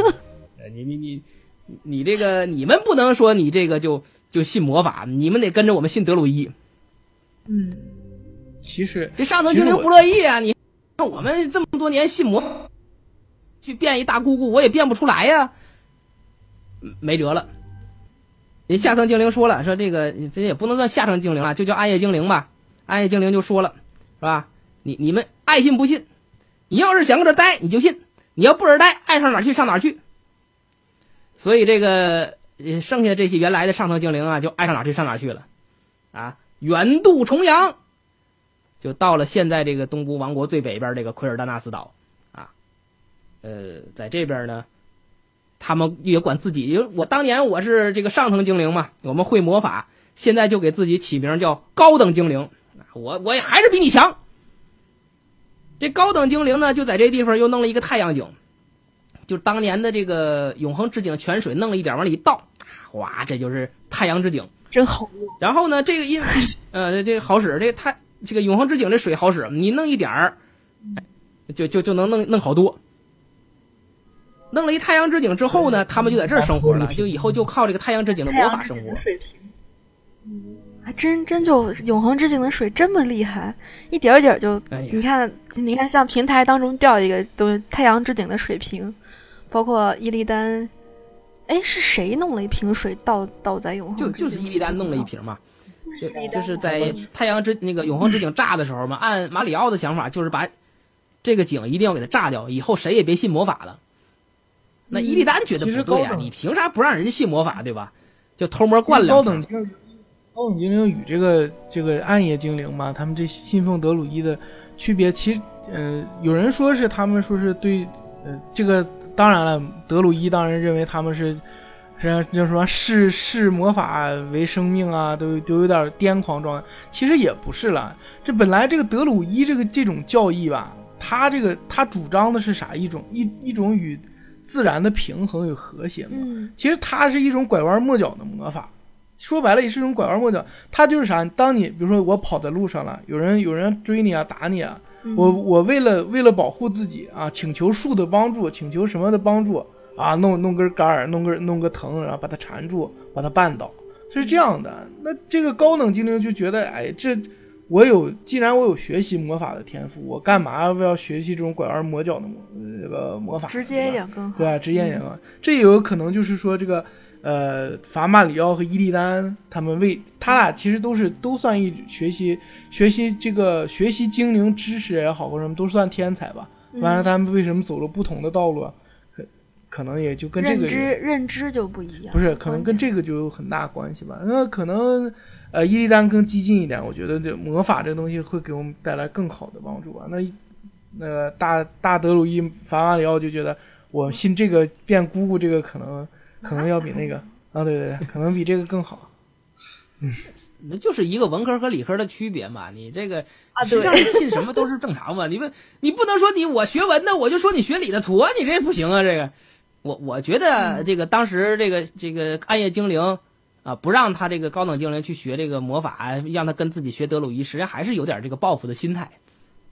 你这个你们不能说你这个就信魔法，你们得跟着我们信德鲁伊。 嗯， 其实这上层精灵不乐意啊！你看我们这么多年信魔，去变一大姑姑，我也变不出来呀，没辙了。人下层精灵说了，说这个这也不能算下层精灵了，就叫暗夜精灵吧。暗夜精灵就说了，是吧？你们爱信不信，你要是想搁这待你就信，你要不搁这待，爱上哪儿去上哪儿去。所以这个剩下这些原来的上层精灵啊，就爱上哪儿去上哪儿去了，啊，远渡重洋，就到了现在这个东部王国最北边这个奎尔丹纳斯岛啊。在这边呢，他们也管自己，因为我当年我是这个上层精灵嘛，我们会魔法，现在就给自己起名叫高等精灵，我也还是比你强。这高等精灵呢，就在这地方又弄了一个太阳井，就当年的这个永恒之井泉水弄了一点往里一倒，哇，这就是太阳之井， 真好用。 然后呢，这个因为这个好使，这个永恒之井这水好使，你弄一点儿，就能弄好多。弄了一太阳之井之后呢，他们就在这儿生活了，就以后就靠这个太阳之井的魔法生活。 水平，还真就永恒之井的水这么厉害，一点点就，你看像平台当中掉一个都是太阳之井的水瓶，包括伊利丹，哎，是谁弄了一瓶水倒在永恒？ 就是伊利丹弄了一瓶嘛，就是在太阳之那个永恒之井炸的时候嘛，按马里奥的想法就是把这个井一定要给它炸掉，以后谁也别信魔法了。那伊利丹觉得不对啊，你凭啥不让人家信魔法，对吧？就偷摸灌两瓶。 高等精灵与这个暗夜精灵嘛，他们这信奉德鲁伊的区别，其实有人说是他们说是对这个，当然了，德鲁伊当然认为他们是叫什么视魔法为生命啊，都有点癫狂状态。其实也不是了，这本来这个德鲁伊这种教义吧，他主张的是啥？一种与自然的平衡与和谐嘛。其实它是一种拐弯抹角的魔法，说白了也是一种拐弯抹角。它就是啥？当你比如说我跑在路上了，有人追你啊，打你啊，我为了保护自己啊，请求树的帮助，请求什么的帮助啊，弄根杆儿，弄个藤，然后把它缠住，把它绊倒，是这样的。那这个高等精灵就觉得，哎，既然我有学习魔法的天赋，我干嘛要学习这种拐弯抹角的魔法？ 直接一点更好。 对啊，直接一点更好。这也有可能就是说这个法马里奥和伊利丹他俩其实都算学习精灵知识也好或者什么，都算天才吧。完了他们为什么走了不同的道路啊？可能也就跟这个认知就不一样。 不是，可能跟这个就有很大关系吧。那可能伊利丹更激进一点，我觉得这魔法这个东西会给我们带来更好的帮助吧。那个大德鲁伊法马里奥就觉得我信这个变姑姑这个可能要比那个啊，对，可能比这个更好。 那就是一个文科和理科的区别嘛。你这个对， 实际上你信什么都是正常嘛。你不能说我学文的我就说你学理的错，你这不行啊。这个我觉得这个当时这个暗夜精灵啊，不让他这个高等精灵去学这个魔法，让他跟自己学德鲁伊，实际上还是有点这个报复的心态。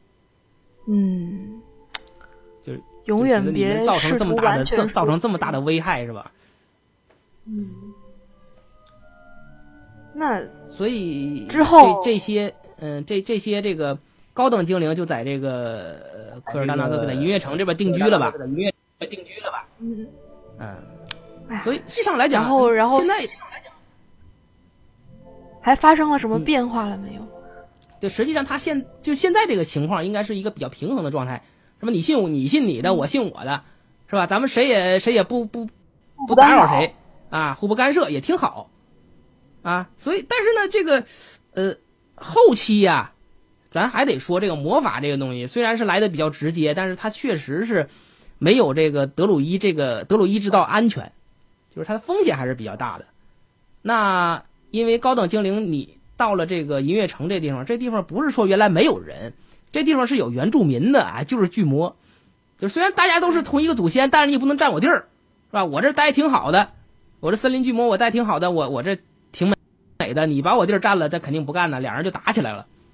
就是永远别造成这么大的危害，是吧？ 那所以之后这些这个高等精灵就在这个科尔丹纳特在银月城这边定居了吧？所以实际上来讲， 然后现在还发生了什么变化了没有？ 对，实际上他现在这个情况应该是一个比较平衡的状态。什么你信你的，我信我的，是吧？咱们谁也不打扰谁啊，互不干涉也挺好啊。所以，但是呢，这个后期呀，咱还得说这个魔法这个东西，虽然是来的比较直接，但是它确实是没有这个德鲁伊之道安全，就是它的风险还是比较大的。那因为高等精灵你到了这个银月城这地方不是说原来没有人，这地方是有原住民的啊，就是巨魔。就虽然大家都是同一个祖先，但是你也不能占我地儿，是吧？我这待挺好的，我这森林巨魔我待挺好的，我这挺美的，你把我地儿占了，他肯定不干呢，俩人就打起来了。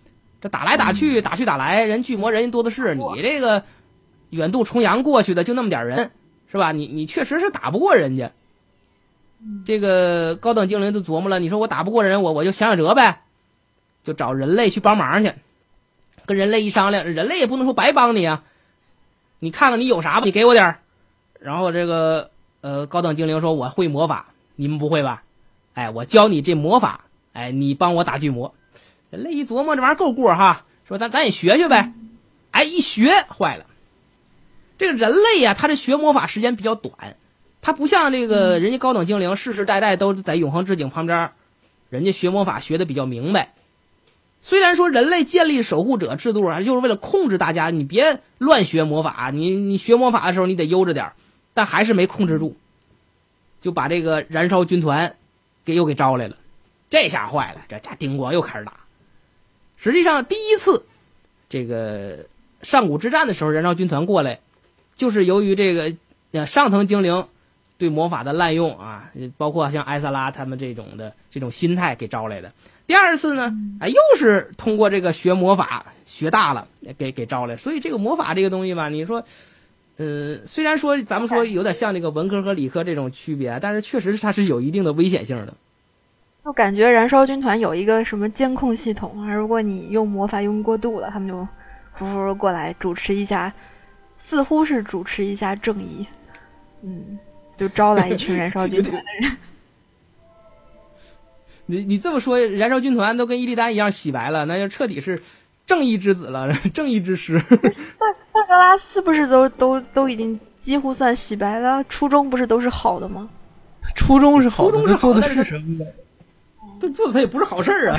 这打来打去，打去打来，人巨魔人多的是，你这个远渡重洋过去的就那么点人，是吧？你确实是打不过人家。这个高等精灵就琢磨了，你说我打不过人，我就想想辙呗，就找人类去帮忙去。跟人类一商量，人类也不能说白帮你啊，你看看你有啥吧，你给我点儿。然后这个高等精灵说我会魔法，你们不会吧？哎，我教你这魔法，哎，你帮我打巨魔。人类一琢磨，这玩意儿够过哈，说咱也学学呗。哎，一学坏了。这个人类呀，他这学魔法时间比较短，他不像这个人家高等精灵世世代代都在永恒之井旁边，人家学魔法学的比较明白。虽然说人类建立守护者制度啊，就是为了控制大家，你别乱学魔法，你学魔法的时候你得悠着点，但还是没控制住，就把这个燃烧军团又给招来了。这下坏了，这家叮咣又开始打。实际上第一次这个上古之战的时候，燃烧军团过来，就是由于这个上层精灵对魔法的滥用啊，包括像艾萨拉他们这种心态给招来的。第二次呢，又是通过这个学魔法学大了，给招来。所以这个魔法这个东西吧，你说，虽然说咱们说有点像这个文科和理科这种区别，但是确实它是有一定的危险性的。 就感觉燃烧军团有一个什么监控系统，如果你用魔法用过度了，他们就呼过来主持一下，似乎是主持一下正义，就招来一群燃烧军团的人。 你这么说，燃烧军团都跟伊利丹一样洗白了，那就彻底是正义之子了，正义之师。 萨格拉斯不是都已经几乎算洗白了？初衷不是都是好的吗？ 初衷是好的， 初衷是好的， 他做的是什么呢？ 他做的他也不是好事啊。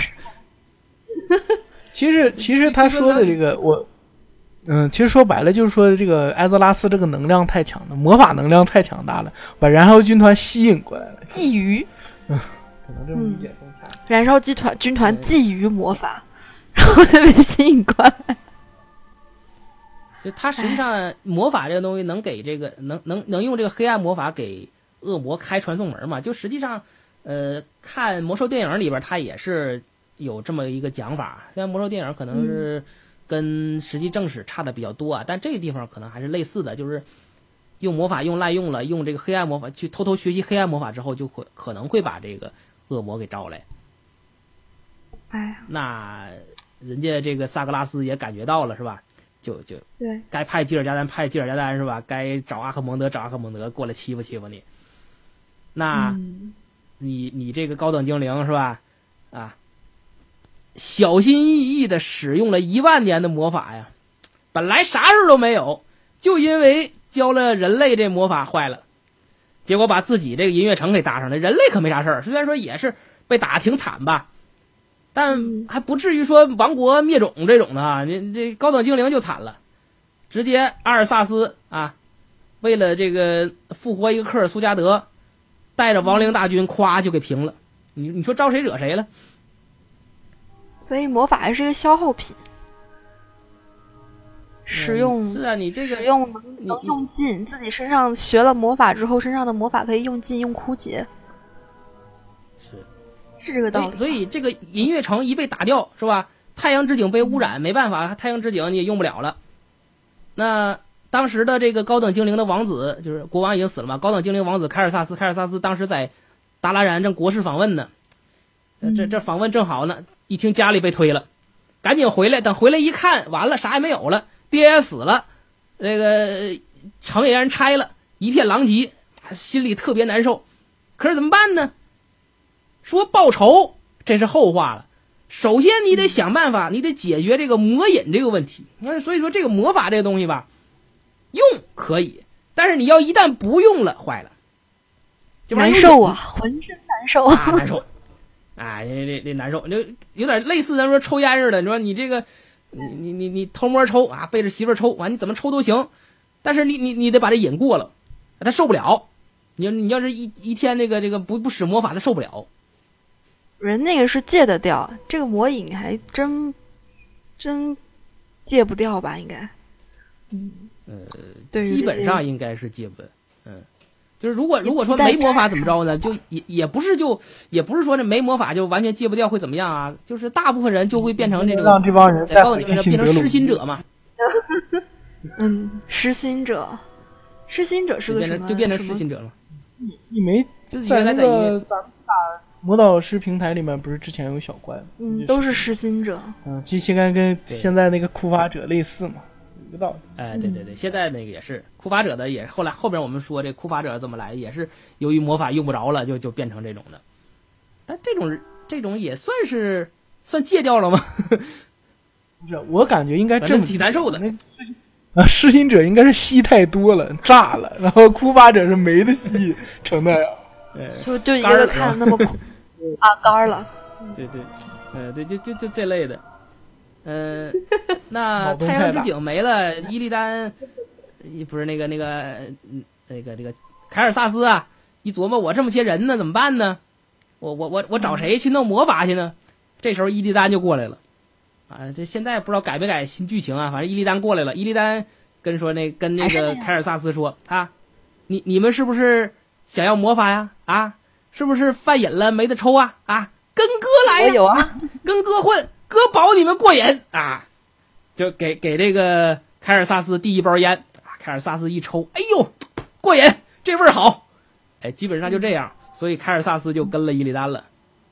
其实他说的这个其实说白了就是说这个艾泽拉斯这个能量太强了，魔法能量太强大了，把燃烧军团吸引过来了， 觊觎。 可能这么理解更恰当。 燃烧军团觊觎魔法，然后就被吸引过来。 就他实际上魔法这个东西能给这个能用这个黑暗魔法给恶魔开传送门嘛？就实际上，看魔兽电影里边他也是有这么一个讲法。虽然魔兽电影可能是跟实际正史差的比较多啊，但这个地方可能还是类似的，就是用魔法用滥用了，用这个黑暗魔法去偷偷学习黑暗魔法之后，就可能会把这个恶魔给招来。 哎， 那人家这个萨格拉斯也感觉到了，是吧？就对， 该派吉尔加丹派吉尔加丹，是吧？该找阿克蒙德找阿克蒙德过来欺负欺负你。那，你这个高等精灵是吧？啊，小心翼翼的使用了10000年的魔法呀，本来啥事都没有，就因为教了人类这魔法坏了，结果把自己这个银月城给搭上了。人类可没啥事儿，虽然说也是被打挺惨吧，但还不至于说亡国灭种这种的啊。你这高等精灵就惨了，直接阿尔萨斯啊，为了这个复活一个科尔苏加德，带着亡灵大军咵就给平了。你说招谁惹谁了？ 所以魔法还是一个消耗品，使用是啊，你这个使用能用尽，自己身上学了魔法之后，身上的魔法可以用尽用枯竭，是这个道理。 所以这个银月城一被打掉，是吧？太阳之井被污染，没办法，太阳之井你也用不了了。那当时的这个高等精灵的王子，就是国王已经死了嘛，高等精灵王子凯尔萨斯当时在达拉然正国事访问呢，这访问正好呢，一听家里被推了，赶紧回来，等回来一看，完了啥也没有了，爹也死了，这个城也让人拆了，一片狼藉，心里特别难受。可是怎么办呢？说报仇这是后话了，首先你得想办法，你得解决这个魔瘾这个问题。所以说这个魔法这个东西吧，用可以，但是你要一旦不用了，坏了， 难受啊，浑身难受啊，难受啊，这难受，就有点类似咱说抽烟似的。你说你这个你偷摸抽啊，背着媳妇儿抽，完你怎么抽都行，但是你得把这瘾过了，他受不了。你要是一天这个不使魔法，他受不了。 人那个是戒得掉，这个魔瘾还真戒不掉吧？应该， 基本上应该是戒不。 就是如果说没魔法怎么着呢？就也不是说这没魔法就完全戒不掉会怎么样啊？就是大部分人就会变成这个让这帮人在高等精灵变成失心者嘛。 失心者是个什么？ 就变成失心者了。 你没就是原来在那个咱们打魔导师平台里面不是之前有小怪吗？ 都是失心者。 这应该跟现在那个库法者类似嘛，一个道理。 哎，对，现在那个也是库法者的，也后边我们说这库法者怎么来，也是由于魔法用不着了，就变成这种的。但这种也算戒掉了吗？ 不是，我感觉应该这么挺难受的。 失心者应该是吸太多了，炸了，然后库法者是没得吸成那样。 就一个看着那么苦啊，干了。 对，就这类的。那太阳之井没了，伊利丹不是那个凯尔萨斯啊，一琢磨我这么些人呢，怎么办呢？我找谁去弄魔法去呢？这时候伊利丹就过来了。啊，这现在不知道改没改新剧情啊，反正伊利丹过来了。伊利丹跟那个凯尔萨斯说啊，你们是不是想要魔法呀？啊，是不是犯瘾了没得抽啊？啊，跟哥来呀！ 我有啊， 跟哥混，哥保你们过瘾啊！就给这个凯尔萨斯递一包烟啊，凯尔萨斯一抽，哎呦，过瘾，这味儿好，哎，基本上就这样，所以凯尔萨斯就跟了伊利丹了。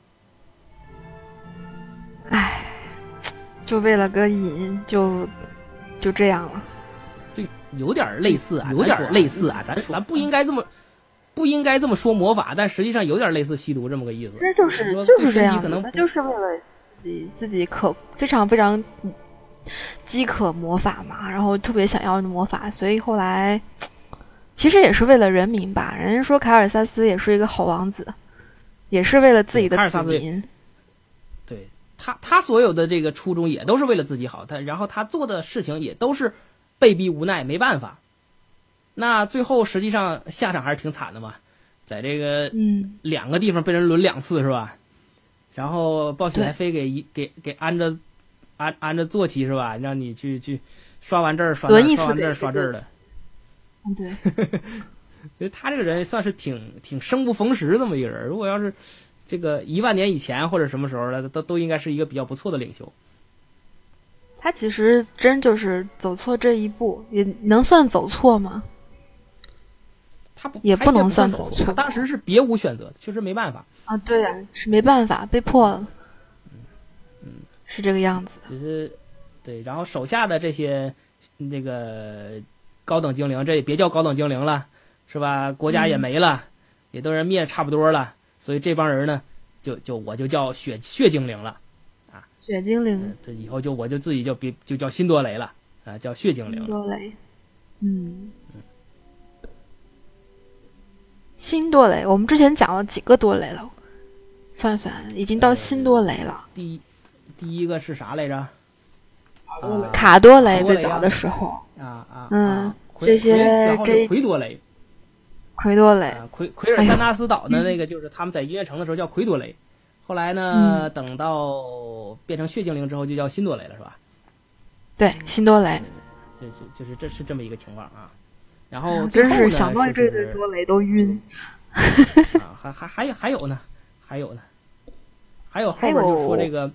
唉，就为了个瘾，就这样了， 就有点类似啊，咱不应该这么说魔法，但实际上有点类似吸毒这么个意思。 这就是这样子，他就是为了自己非常非常饥渴魔法嘛，然后特别想要魔法，所以后来其实也是为了人民吧。人家说凯尔萨斯也是一个好王子，也是为了自己的子民。 对，他所有的这个初衷也都是为了自己好，然后他做的事情也都是被逼无奈，没办法。那最后实际上下场还是挺惨的嘛，在这个2个地方被人轮2次是吧？然后暴雪还非给安着坐骑是吧？让你去刷完这儿刷那儿，刷完这儿刷这儿的。 对， 所以他这个人算是挺生不逢时这么一个人。如果要是这个1万年以前或者什么时候的，都应该是一个比较不错的领袖。 他其实真就是走错这一步，也能算走错吗？也不能算走错， 他当时是别无选择，确实没办法啊。对啊，是没办法，被迫了。是这个样子。 只是对，然后手下的这些那个高等精灵，这也别叫高等精灵了，是吧？国家也没了，也都人灭差不多了，所以这帮人呢，我就叫血精灵了啊。 血精灵。 这以后我就自己就叫辛多雷了啊，叫血精灵了。 辛多雷。辛多雷，我们之前讲了几个多雷了？算算，已经到辛多雷了。 第一个是啥来着？ 卡多雷最早的时候。这些奎多雷。 奎多雷。 奎尔三纳斯岛的那个，就是他们在音乐城的时候叫奎多雷，后来呢，等到变成血精灵之后就叫辛多雷了，是吧？ 对，辛多雷。 就是这是这么一个情况啊。然后真是想到这对多雷都晕。 还有呢，还有后边就说这个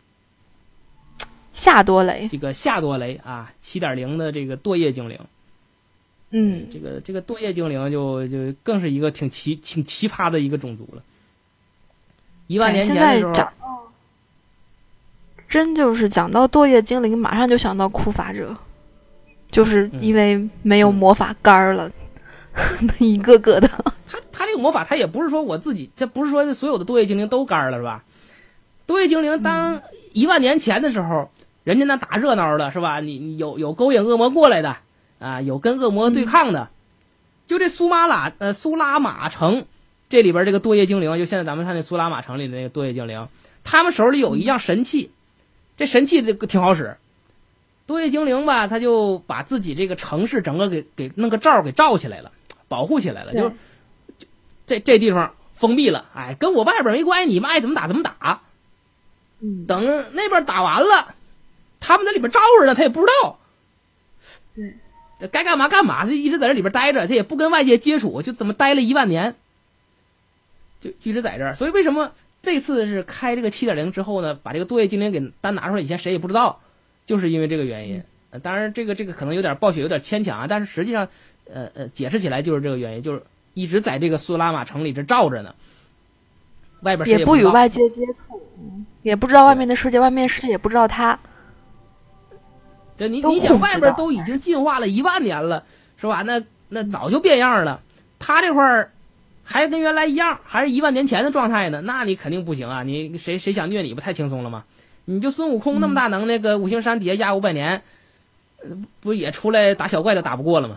夏多雷， 这个夏多雷啊，7.0的这个堕液精灵。这个堕液精灵就更是一个挺奇葩的一个种族了。1万年前的时候， 现在讲到真就是讲到堕液精灵，马上就想到库法者。就是因为没有魔法杆了，一个个的。 他这个魔法，他也不是说我自己，这不是说所有的堕液精灵都杆了，是吧？堕液精灵当1万年前的时候，人家那打热闹的是吧？你有勾引恶魔过来的啊，有跟恶魔对抗的。就这苏拉玛城这里边这个堕液精灵，就现在咱们看那苏拉玛城里的那个堕液精灵，他们手里有一样神器，这神器挺好使。堕液精灵吧，他就把自己这个城市整个给弄个罩给罩起来了，保护起来了，就这地方封闭了，哎，跟我外边没关系，你们爱怎么打怎么打。等那边打完了，他们在里边罩着呢，他也不知道。 该干嘛干嘛，就一直在这里边待着，他也不跟外界接触，就怎么待了1万年，就一直在这儿。所以为什么这次是开这个 7.0 之后呢，把这个多叶精灵给单拿出来，以前谁也不知道，就是因为这个原因。当然这个可能有点暴雪有点牵强啊，但是实际上解释起来就是这个原因，就是一直在这个苏拉玛城里这罩着呢，外边谁也不与外界接触，也不知道外面的世界，外面的世界也不知道他。 这你想，外边都已经进化了1万年了，是吧？那早就变样了，他这块儿还跟原来一样，还是1万年前的状态呢，那你肯定不行啊！你谁想虐你不太轻松了吗？你就孙悟空那么大能耐，个五行山底下压500年，不也出来打小怪都打不过了吗？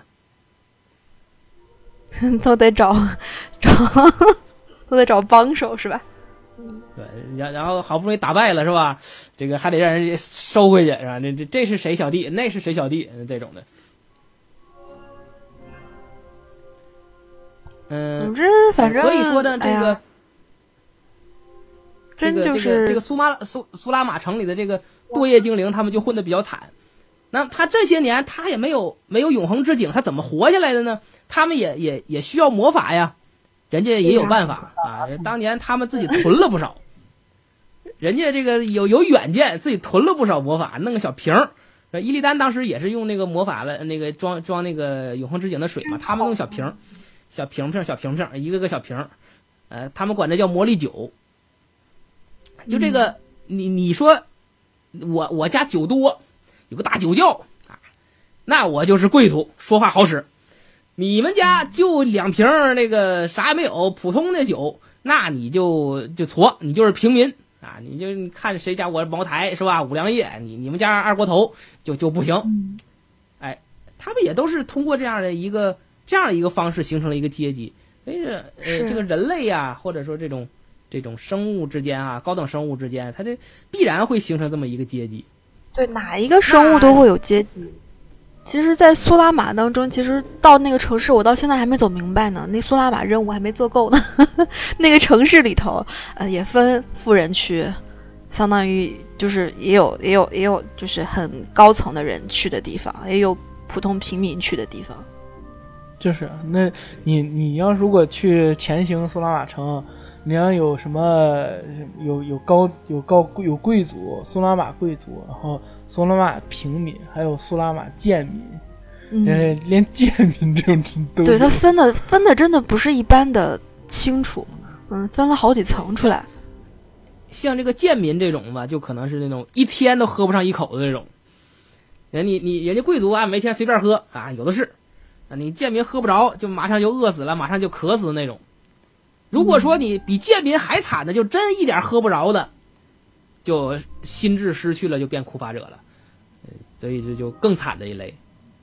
都得找帮手是吧？ 对，然后好不容易打败了是吧？这个还得让人收回去是吧？这是谁小弟，那是谁小弟，这种的。 总之反正所以说呢，这个苏拉玛城里的这个多叶精灵，他们就混得比较惨。那他这些年他也没有永恒之井，他怎么活下来的呢？他们也需要魔法呀，人家也有办法啊。当年他们自己囤了不少，人家这个有远见，自己囤了不少魔法，弄个小瓶儿。伊利丹当时也是用那个魔法了，那个装那个永恒之井的水嘛，他们弄小瓶，一个个小瓶，他们管这叫魔力酒。就这个，你说我家酒多，有个大酒窖啊，那我就是贵族，说话好使。你们家就2瓶那个啥也没有普通的酒，那你就矬，你就是平民啊！你就看谁家我茅台是吧？五粮液，你们家二锅头就不行。哎，他们也都是通过这样的一个方式形成了一个阶级。所以这个人类呀，或者说这种生物之间啊，高等生物之间，它这必然会形成这么一个阶级。对， 哪一个生物都会有阶级。其实在苏拉玛当中，其实到那个城市我到现在还没走明白呢，那苏拉玛任务还没做够呢。那个城市里头也分富人区，相当于就是也有就是很高层的人去的地方，也有普通平民去的地方。 就是那你要如果去前行苏拉玛城，你要有什么有贵族，苏拉玛贵族，然后苏拉玛平民，还有苏拉玛贱民，连贱民这种都对，他分的真的不是一般的清楚，分了好几层出来。 像这个贱民这种吧，就可能是那种一天都喝不上一口的这种。人家贵族啊，每天随便喝啊，有的是啊，你贱民喝不着，就马上就饿死了，马上就渴死那种。如果说你比贱民还惨的，就真一点喝不着的，就心智失去了，就变苦法者了，所以这就更惨的一类。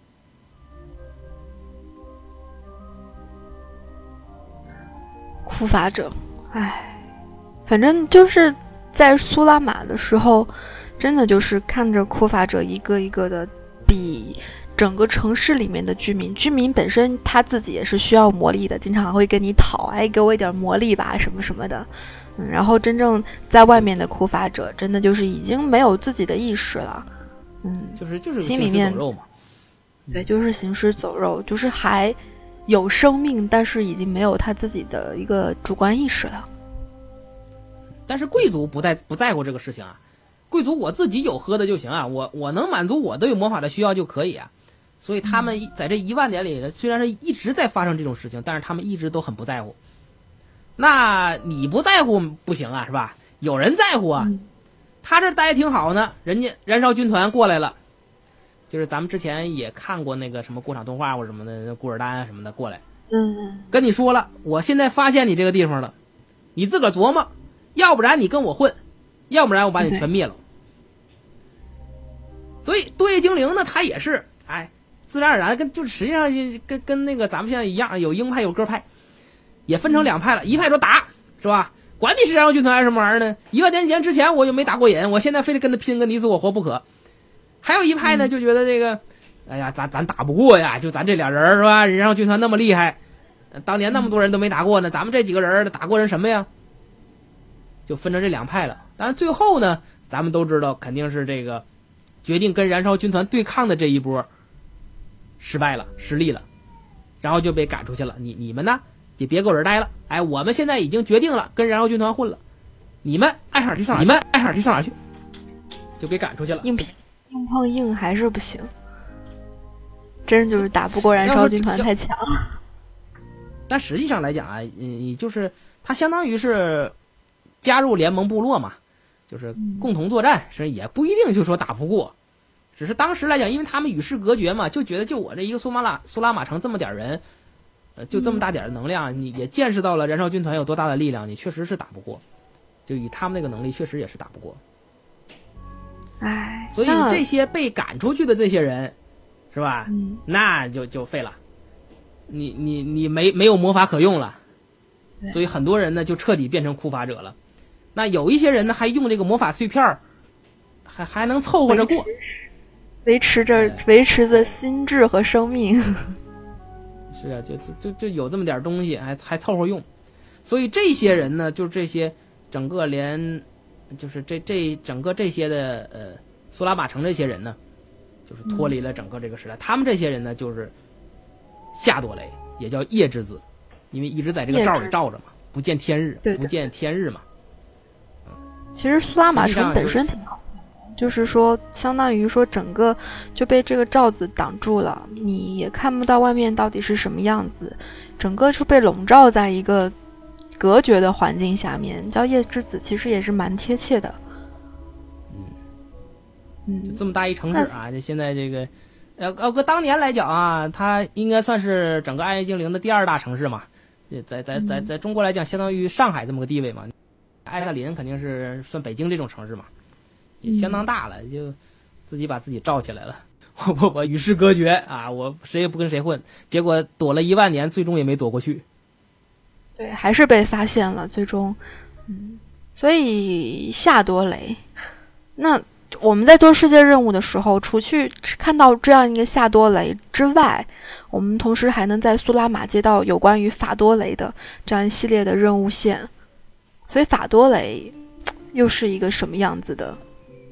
苦法者，反正就是在苏拉玛的时候，真的就是看着苦法者一个一个的比整个城市里面的居民本身他自己也是需要魔力的，经常会跟你讨，给我一点魔力吧，什么什么的。然后真正在外面的苦法者，真的就是已经没有自己的意识了。 就是心里面行尸走肉嘛。 对，就是行尸走肉，就是还有生命，但是已经没有他自己的一个主观意识了。 但是贵族不在乎这个事情啊，贵族我自己有喝的就行啊，我能满足我对魔法的需要就可以啊。所以他们在这1万年里，虽然是一直在发生这种事情，但是他们一直都很不在乎。那你不在乎不行啊，是吧？有人在乎啊。他这待挺好呢，人家燃烧军团过来了，就是咱们之前也看过那个什么过场动画或者什么的，古尔丹啊什么的过来，跟你说了，我现在发现你这个地方了，你自个儿琢磨，要不然你跟我混，要不然我把你全灭了。所以多叶精灵呢，他也是自然而然就是实际上跟那个咱们现在一样，有鹰派有鸽派，也分成2派了。一派说打，是吧？管你是燃烧军团还是什么玩意儿呢？1万年前之前我就没打过瘾，我现在非得跟他拼个你死我活不可。还有一派呢，就觉得这个，哎呀，咱打不过呀，就咱这俩人是吧？燃烧军团那么厉害，当年那么多人都没打过呢，咱们这几个人打过人什么呀？就分成这2派了。当然最后呢，咱们都知道肯定是这个决定跟燃烧军团对抗的这一波失败了，失利了，然后就被赶出去了。你们呢也别给我这待了，哎，我们现在已经决定了跟燃烧军团混了，你们爱上哪去上哪，你们爱上哪去上哪去，就给赶出去了。 硬碰硬还是不行，真就是打不过燃烧军团，太强了。 但实际上来讲啊，就是他相当于是加入联盟部落嘛，就是共同作战，是也不一定就说打不过，只是当时来讲，因为他们与世隔绝嘛，就觉得就我这一个苏拉玛城这么点人，就这么大点的能量，你也见识到了燃烧军团有多大的力量，你确实是打不过，就以他们那个能力，确实也是打不过。 哎， 所以这些被赶出去的这些人，是吧？那就废了。你没有魔法可用了，所以很多人呢就彻底变成枯乏者了。那有一些人呢还用这个魔法碎片还能凑合着过， 维持着心智和生命。 是啊，就有这么点东西，还凑合用。所以这些人呢，就这些整个就是这整个这些的苏拉玛城这些人呢，就是脱离了整个这个时代。他们这些人呢，就是夏多雷，也叫夜之子，因为一直在这个罩里罩着嘛，不见天日， 对不见天日嘛。 其实苏拉玛城本身挺好看的，就是说相当于说整个就被这个罩子挡住了，你也看不到外面到底是什么样子，整个是被笼罩在一个隔绝的环境下面，叫夜之子其实也是蛮贴切的。 就这么大一城市啊，就现在这个搁当年来讲啊，它应该算是整个暗夜精灵的第2大城市嘛，在中国来讲相当于上海这么个地位嘛。艾萨林肯定是算北京这种城市嘛，也相当大了，就自己把自己罩起来了。我与世隔绝啊，我谁也不跟谁混，结果躲了1万年，最终也没躲过去。 对，还是被发现了，最终，所以夏多雷，那我们在做世界任务的时候，除去看到这样一个夏多雷之外，我们同时还能在苏拉玛接到有关于法多雷的这样一系列的任务线。所以法多雷又是一个什么样子的？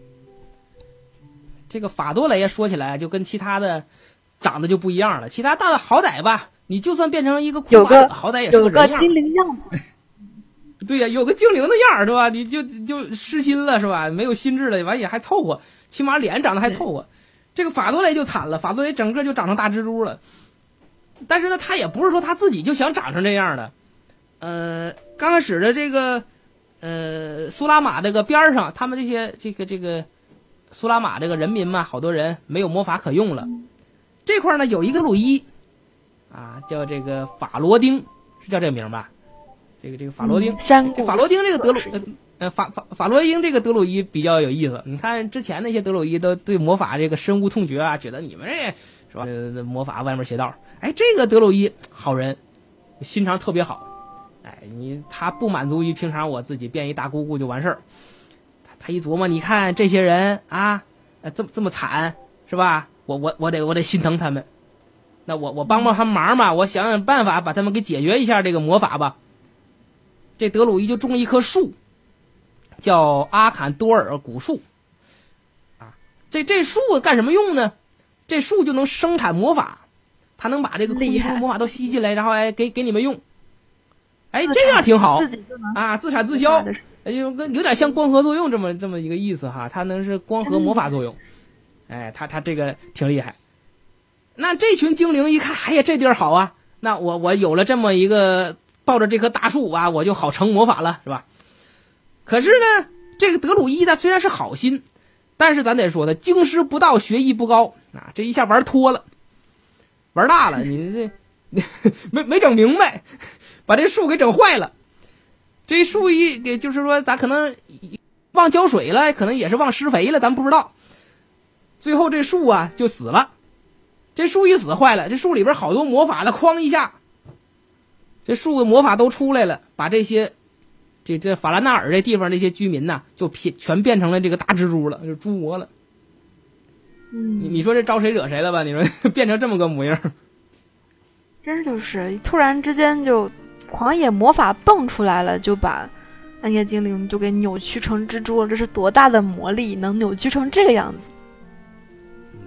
这个法多雷说起来就跟其他的长得就不一样了，其他大的好歹吧，你就算变成一个库巴，好歹也是个人样， 有个精灵样子。 对呀，有个精灵的样是吧？你就失心了是吧？没有心智了，完也还凑合，起码脸长得还凑合。这个法多雷就惨了，法多雷整个就长成大蜘蛛了。但是呢，他也不是说他自己就想长成这样的。刚开始的这个苏拉玛这个边上，他们这个苏拉玛这个人民嘛，好多人没有魔法可用了。这块呢有一个鲁伊啊，叫这个法罗丁，是叫这个名吧？这个法罗丁，法罗丁这个德鲁法罗丁这个德鲁伊比较有意思。你看之前那些德鲁伊都对魔法这个深恶痛绝啊，觉得你们这是吧魔法歪门邪道。哎，这个德鲁伊好人，心肠特别好。哎，他不满足于平常我自己变一大姑姑就完事儿，他一琢磨，你看这些人啊，这么惨是吧？我得心疼他们，那我帮他们忙嘛，我想想办法把他们给解决一下这个魔法吧。这德鲁伊就种一棵树，叫阿坎多尔古树啊。这树干什么用呢？这树就能生产魔法，它能把这个空气中魔法都吸进来，然后给你们用。哎，这样挺好啊，自产自销，有点像光合作用这么一个意思哈，它能是光合魔法作用。哎，它这个挺厉害。那这群精灵一看，哎呀，这地儿好啊，那我有了这么一个抱着这棵大树啊，我就好成魔法了，是吧？可是呢，这个德鲁伊他虽然是好心，但是咱得说他经师不到，学艺不高啊，这一下玩脱了，玩大了，你这没整明白。把这树给整坏了，这树给就是说咱可能忘浇水了，可能也是忘施肥了，咱不知道。最后这树啊就死了，这树一死坏了，这树里边好多魔法了，哐一下，这树的魔法都出来了，把这些这法兰纳尔这地方这些居民呐，就全变成了这个大蜘蛛了，就是猪魔了。你说这招谁惹谁了吧？你说变成这么个模样， 真就是突然之间就狂野魔法蹦出来了，就把暗夜精灵就给扭曲成蜘蛛了。这是多大的魔力，能扭曲成这个样子？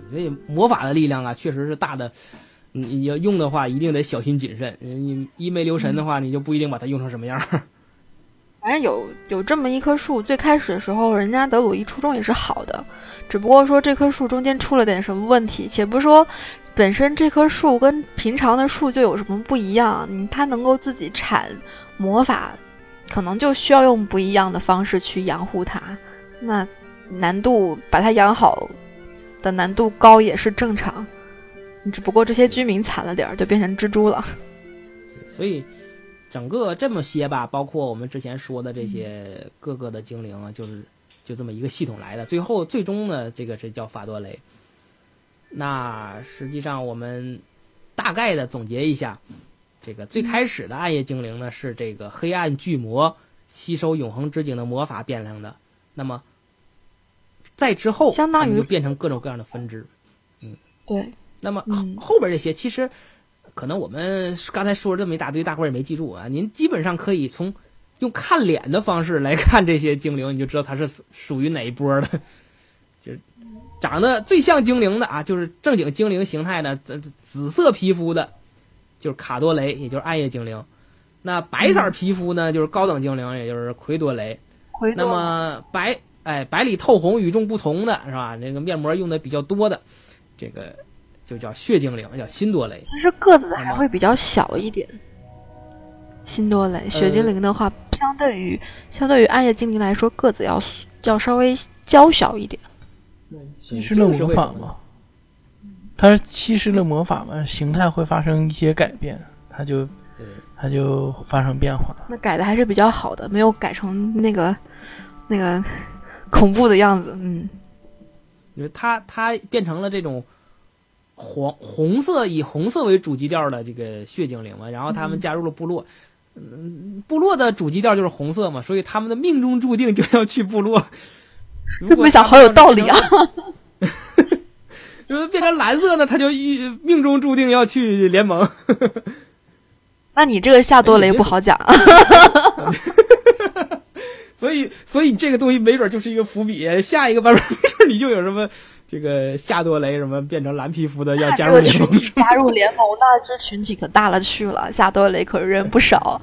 所以魔法的力量啊，确实是大的。你要用的话，一定得小心谨慎。你一没留神的话，你就不一定把它用成什么样。 反正有这么一棵树，最开始的时候，人家德鲁伊初衷也是好的，只不过说这棵树中间出了点什么问题。且不说本身这棵树跟平常的树就有什么不一样，它能够自己产魔法，可能就需要用不一样的方式去养护它。那难度把它养好的难度高也是正常，只不过这些居民惨了点儿，就变成蜘蛛了。 所以整个这么些吧，包括我们之前说的这些各个的精灵啊，就这么一个系统来的。最终呢，这个是叫法多雷。那实际上我们大概的总结一下，这个最开始的暗夜精灵呢，是这个黑暗巨魔吸收永恒之井的魔法变成的。那么在之后， 相当于就变成各种各样的分支。 对。 那么后边这些其实可能我们刚才说了这么一大堆，大伙儿也没记住啊。您基本上可以从用看脸的方式来看这些精灵，你就知道它是属于哪一波的。就是长得最像精灵的啊，就是正经精灵形态的紫色皮肤的，就是卡多雷，也就是暗夜精灵。那白色皮肤呢，就是高等精灵，也就是奎多雷。那么白里透红、与众不同的是吧？这个面膜用的比较多的，这个就叫血精灵，叫辛多雷。 其实个子还会比较小一点。辛多雷，血精灵的话，相对于暗夜精灵来说，个子要稍微娇小一点。 稀释了魔法嘛，它稀释了魔法嘛，形态会发生一些改变，它就发生变化。 那改的还是比较好的，没有改成那个恐怖的样子。 因为它变成了这种红色，以红色为主基调的这个血精灵嘛，然后他们加入了部落。部落的主基调就是红色嘛，所以他们的命中注定就要去部落。 这么想好有道理啊！ 如果变成蓝色呢，他就命中注定要去联盟。 那你这个夏多雷不好讲。 所以这个东西没准就是一个伏笔，下一个版本没准你就有什么这个夏多雷什么变成蓝皮肤的要加入联盟。 这个群体加入联盟，那这群体可大了去了，夏多雷可是人不少。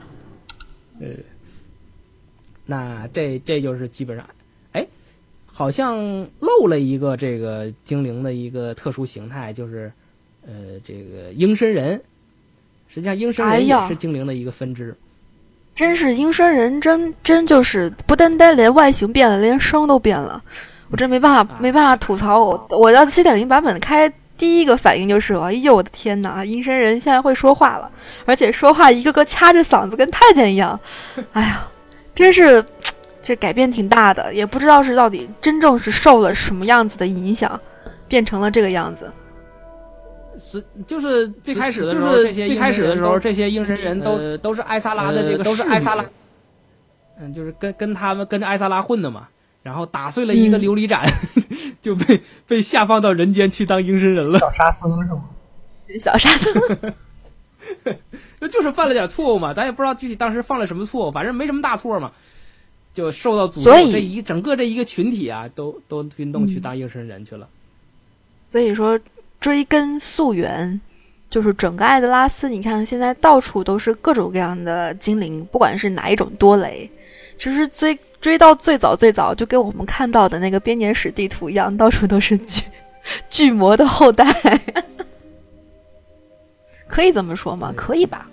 那这就是基本上，好像漏了一个这个精灵的一个特殊形态，就是这个鹰身人。实际上鹰身人也是精灵的一个分支。 真是鹰身人真就是不单单连外形变了，连声都变了。我真没办法吐槽。我要 7.0 版本开第一个反应就是哎呦我的天哪，鹰身人现在会说话了，而且说话一个个掐着嗓子跟太监一样。哎呀，真是这改变挺大的，也不知道是到底真正是受了什么样子的影响，变成了这个样子。 就是最开始的时候，这些鹰身人都是艾萨拉的这个，都是艾萨拉，就是跟他们跟着艾萨拉混的嘛。然后打碎了一个琉璃盏，就被下放到人间去当鹰身人了。 小沙僧是吗？ 小沙僧， 那就是犯了点错误嘛，咱也不知道具体当时犯了什么错误，反正没什么大错嘛，就受到诅咒。 所以整个这一个群体啊，都运动去当鹰身人去了。 所以说。追根溯源，就是整个艾德拉斯，你看现在到处都是各种各样的精灵，不管是哪一种多雷，其实追到最早就跟我们看到的那个编年史地图一样，到处都是巨魔的后代。可以这么说吗？可以吧。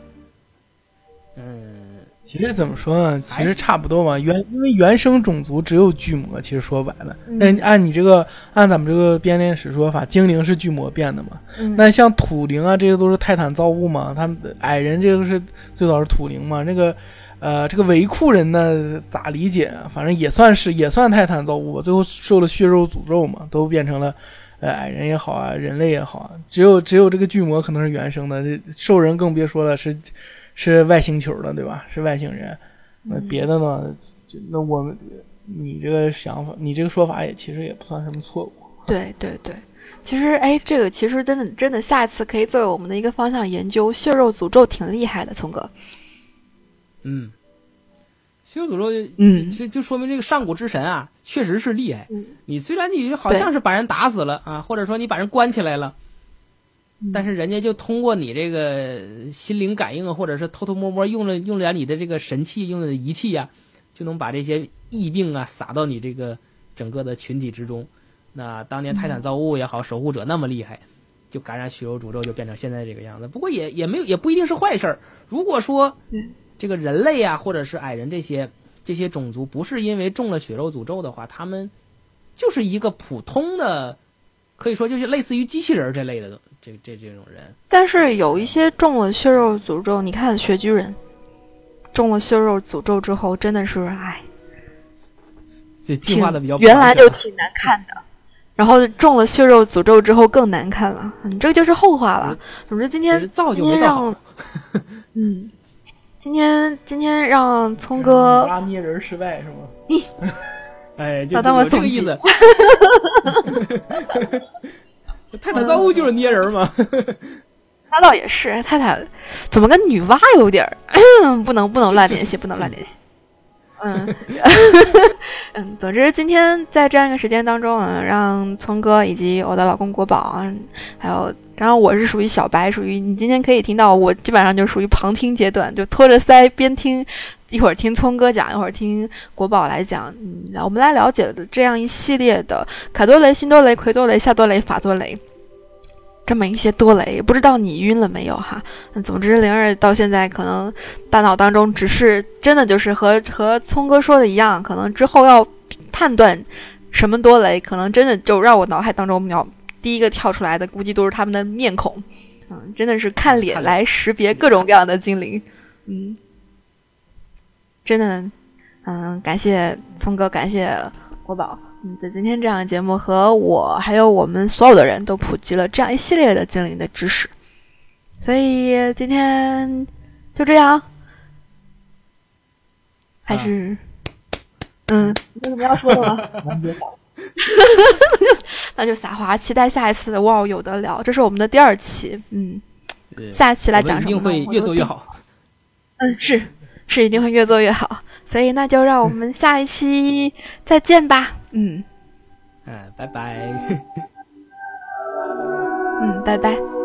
其实怎么说呢？其实差不多嘛。因为原生种族只有巨魔，其实说白了，按咱们这个编年史说法，精灵是巨魔变的嘛。那像土灵啊，这些都是泰坦造物嘛。他们矮人这个是最早是土灵嘛。这个维库人呢，咋理解啊？反正也算泰坦造物吧。最后受了血肉诅咒嘛，都变成了矮人也好啊，人类也好啊。只有这个巨魔可能是原生的，这兽人更别说了，是外星球的，对吧？是外星人。那别的呢？那你这个想法，你这个说法其实也不算什么错误。 对，其实这个其实真的下一次可以作为我们的一个方向研究。血肉诅咒挺厉害的，聪哥。 血肉诅咒，就说明这个上古之神啊，确实是厉害。你虽然你好像是把人打死了啊，或者说你把人关起来了，但是人家就通过你这个心灵感应，或者是偷偷摸摸用了点你的这个神器，用了仪器呀，就能把这些疫病啊撒到你这个整个的群体之中。那当年泰坦造物也好，守护者那么厉害，就感染血肉诅咒，就变成现在这个样子。不过也没有，也不一定是坏事儿。如果说这个人类啊，或者是矮人这些种族不是因为中了血肉诅咒的话，他们就是一个普通的，可以说就是类似于机器人这类的这种人。 但是有一些中了血肉诅咒，你看雪居人中了血肉诅咒之后，真的是这进化的比较原来就挺难看的，然后中了血肉诅咒之后更难看了。这个就是后话了。总之今天造就没造好。 今天让聪哥拉捏人失败是吗？ 哎，就当我这个意思。泰坦造物就是捏人嘛。 那倒也是，泰坦怎么跟女娲有点不能乱联系，不能乱联系。总之今天在这样一个时间当中让聪哥以及我的老公国宝还有，然后我是属于小白，属于你今天可以听到我基本上就属于旁听阶段，就拖着腮边听，一会儿听聪哥讲，一会儿听国宝来讲。我们来了解的这样一系列的凯多雷、辛多雷、奎多雷、夏多雷、法多雷这么一些多雷，不知道你晕了没有哈？总之灵儿到现在可能大脑当中只是真的就是和聪哥说的一样，可能之后要判断什么多雷，可能真的就让我脑海当中第一个跳出来的估计都是他们的面孔。真的是看脸来识别各种各样的精灵。真的感谢聪哥，感谢国宝。在今天这样的节目和我还有我们所有的人都普及了这样一系列的精灵的知识，所以今天就这样。还是你有什么要说的吗？那就撒花，期待下一次哇有得聊。这是我们的第2期，下一期来讲什么？ 一定会越做越好。 是一定会越做越好。所以那就让我们下一期再见吧。 拜拜。 拜拜。